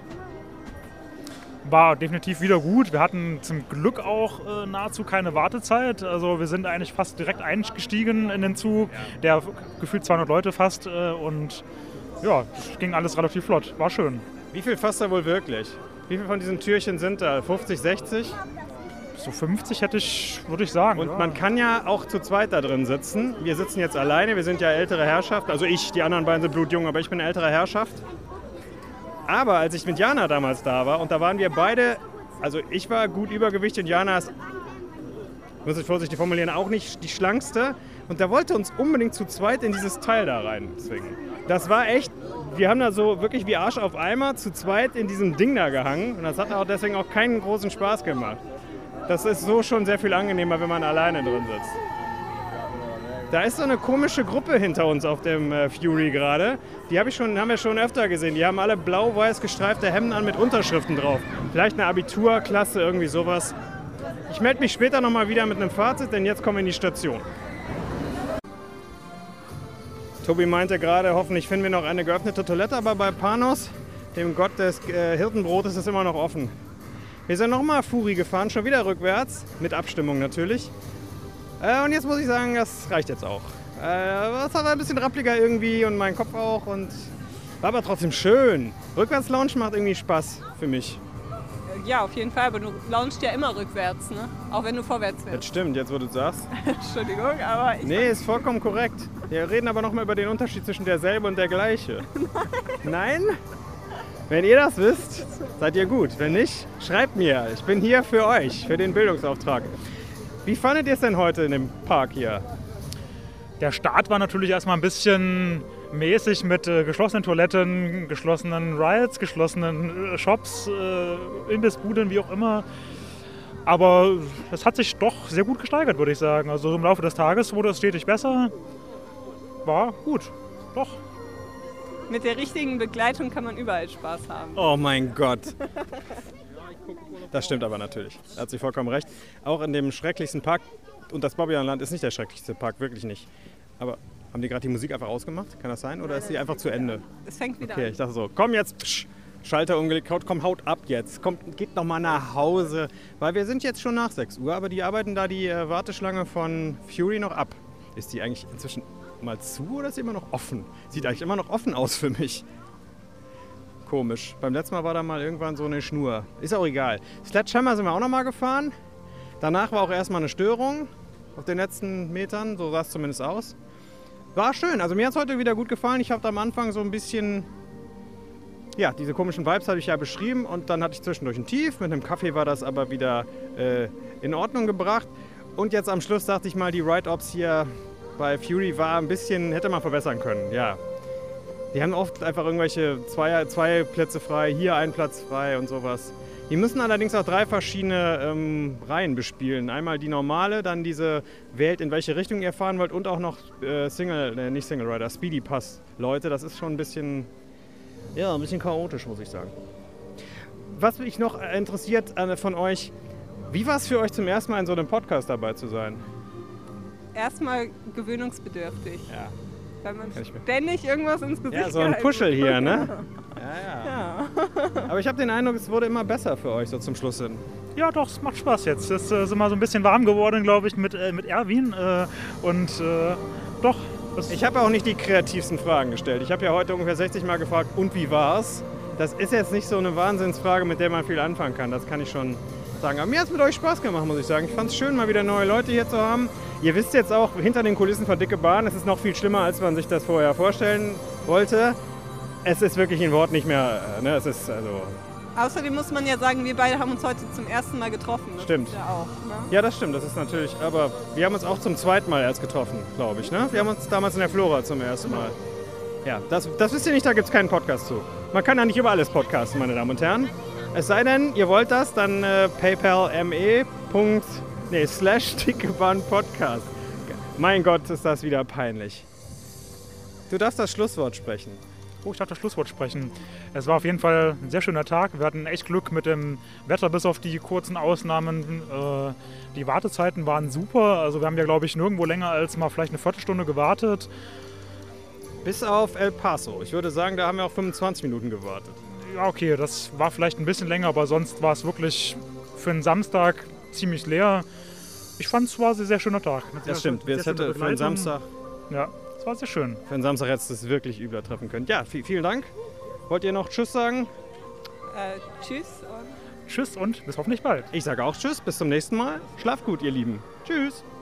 War definitiv wieder gut. Wir hatten zum Glück auch äh, nahezu keine Wartezeit. Also wir sind eigentlich fast direkt eingestiegen in den Zug, der gefühlt zweihundert Leute fasst. Äh, und ja, das ging alles relativ flott. War schön. Wie viel fasst er wohl wirklich? Wie viele von diesen Türchen sind da? fünfzig, sechzig? So fünfzig hätte ich, würde ich sagen. Und ja. Man kann ja auch zu zweit da drin sitzen. Wir sitzen jetzt alleine, wir sind ja ältere Herrschaft. Also ich, die anderen beiden sind blutjung, aber ich bin ältere Herrschaft. Aber als ich mit Jana damals da war, und da waren wir beide, also ich war gut übergewichtig und Jana ist, muss ich vorsichtig formulieren, auch nicht die schlankste. Und da wollte uns unbedingt zu zweit in dieses Teil da rein zwingen. Das war echt, wir haben da so wirklich wie Arsch auf Eimer zu zweit in diesem Ding da gehangen. Und das hat auch deswegen auch keinen großen Spaß gemacht. Das ist so schon sehr viel angenehmer, wenn man alleine drin sitzt. Da ist so eine komische Gruppe hinter uns auf dem äh, Fury gerade. Die hab ich schon, haben wir schon öfter gesehen. Die haben alle blau-weiß gestreifte Hemden an mit Unterschriften drauf. Vielleicht eine Abiturklasse, irgendwie sowas. Ich melde mich später nochmal wieder mit einem Fazit, denn jetzt kommen wir in die Station. Tobi meinte gerade, hoffentlich finden wir noch eine geöffnete Toilette, aber bei Panos, dem Gott des äh, Hirtenbrotes, ist es immer noch offen. Wir sind nochmal Fury gefahren, schon wieder rückwärts, mit Abstimmung natürlich. Äh, und jetzt muss ich sagen, das reicht jetzt auch. Äh, es war ein bisschen rappliger irgendwie und mein Kopf auch und war aber trotzdem schön. Rückwärts-Lounge macht irgendwie Spaß für mich. Ja, auf jeden Fall, aber du launchst ja immer rückwärts, ne? Auch wenn du vorwärts fährst. Das stimmt, jetzt wo du sagst. Entschuldigung, aber ich... Nee, ist vollkommen korrekt. Wir reden aber nochmal über den Unterschied zwischen derselbe und der gleiche. Nein? Nein? Wenn ihr das wisst, seid ihr gut. Wenn nicht, schreibt mir. Ich bin hier für euch, für den Bildungsauftrag. Wie fandet ihr es denn heute in dem Park hier? Der Start war natürlich erstmal ein bisschen mäßig mit äh, geschlossenen Toiletten, geschlossenen Rides, geschlossenen äh, Shops, äh, Imbissbuden, wie auch immer. Aber es hat sich doch sehr gut gesteigert, würde ich sagen. Also im Laufe des Tages wurde es stetig besser. War gut, doch. Mit der richtigen Begleitung kann man überall Spaß haben. Oh mein Gott. Das stimmt aber natürlich. Da hat sie vollkommen recht. Auch in dem schrecklichsten Park, und das Bobbejaanland ist nicht der schrecklichste Park, wirklich nicht. Aber haben die gerade die Musik einfach ausgemacht? Kann das sein? Oder ist sie einfach zu Ende? Es fängt wieder okay, an. Okay, ich dachte so, komm jetzt, psch, Schalter umgelegt, komm, haut ab jetzt. Kommt, geht noch mal nach Hause. Weil wir sind jetzt schon nach sechs Uhr, aber die arbeiten da die äh, Warteschlange von Fury noch ab. Ist die eigentlich inzwischen mal zu oder ist sie immer noch offen? Sieht eigentlich immer noch offen aus für mich. Komisch. Beim letzten Mal war da mal irgendwann so eine Schnur. Ist auch egal. Sledgehammer sind wir auch noch mal gefahren. Danach war auch erstmal eine Störung auf den letzten Metern. So sah es zumindest aus. War schön. Also mir hat es heute wieder gut gefallen. Ich habe am Anfang so ein bisschen... Ja, diese komischen Vibes habe ich ja beschrieben. Und dann hatte ich zwischendurch ein Tief. Mit einem Kaffee war das aber wieder äh, in Ordnung gebracht. Und jetzt am Schluss dachte ich mal, die Ride-Ops hier bei Fury war ein bisschen... Hätte man verbessern können, ja. Die haben oft einfach irgendwelche zwei, zwei Plätze frei, hier ein Platz frei und sowas. Die müssen allerdings auch drei verschiedene ähm, Reihen bespielen. Einmal die normale, dann diese wählt, in welche Richtung ihr fahren wollt und auch noch äh, Single, äh, nicht Single Rider, Speedy Pass. Leute, das ist schon ein bisschen, ja, ein bisschen chaotisch, muss ich sagen. Was mich noch interessiert äh, von euch, wie war es für euch zum ersten Mal in so einem Podcast dabei zu sein? Erstmal gewöhnungsbedürftig. Ja. Weil man ständig irgendwas ins Gesicht Ja, so ein Puschel hier, ne? Ja, ja. Ja. Aber ich habe den Eindruck, es wurde immer besser für euch so zum Schluss hin. Ja, doch, es macht Spaß jetzt. Es äh, sind mal so ein bisschen warm geworden, glaube ich, mit, äh, mit Erwin. Äh, und äh, doch. Ich habe auch nicht die kreativsten Fragen gestellt. Ich habe ja heute ungefähr sechzig Mal gefragt, und wie war's? Das ist jetzt nicht so eine Wahnsinnsfrage, mit der man viel anfangen kann. Das kann ich schon sagen. Aber mir hat es mit euch Spaß gemacht, muss ich sagen. Ich fand es schön, mal wieder neue Leute hier zu haben. Ihr wisst jetzt auch, hinter den Kulissen von Dicke Bahn, es ist noch viel schlimmer, als man sich das vorher vorstellen wollte. Es ist wirklich ein Wort nicht mehr, ne? Es ist also... Außerdem muss man ja sagen, wir beide haben uns heute zum ersten Mal getroffen. Das Stimmt. ist ja auch, ne? Ja, das stimmt, das ist natürlich, aber wir haben uns auch zum zweiten Mal erst getroffen, glaube ich, ne? Wir haben uns damals in der Flora zum ersten Mal. Ja, das, das wisst ihr nicht, da gibt es keinen Podcast zu. Man kann ja nicht über alles podcasten, meine Damen und Herren. Es sei denn, ihr wollt das, dann äh, paypal.me. Nee, slash Dickebahn Podcast. Mein Gott, ist das wieder peinlich. Du darfst das Schlusswort sprechen. Oh, ich darf das Schlusswort sprechen. Es war auf jeden Fall ein sehr schöner Tag. Wir hatten echt Glück mit dem Wetter, bis auf die kurzen Ausnahmen. Äh, die Wartezeiten waren super. Also wir haben ja, glaube ich, nirgendwo länger als mal vielleicht eine Viertelstunde gewartet. Bis auf El Paso. Ich würde sagen, da haben wir auch fünfundzwanzig Minuten gewartet. Ja, okay, das war vielleicht ein bisschen länger, aber sonst war es wirklich für einen Samstag ziemlich leer. Ich fand es war ein sehr, sehr schöner Tag. Das stimmt, wir hätte für einen Samstag... Ja, es war sehr schön. Für einen Samstag hättest du es wirklich übler treffen können. Ja, vielen Dank. Wollt ihr noch Tschüss sagen? Äh, tschüss und... Tschüss und bis hoffentlich bald. Ich sage auch Tschüss, bis zum nächsten Mal. Schlaft gut, ihr Lieben. Tschüss.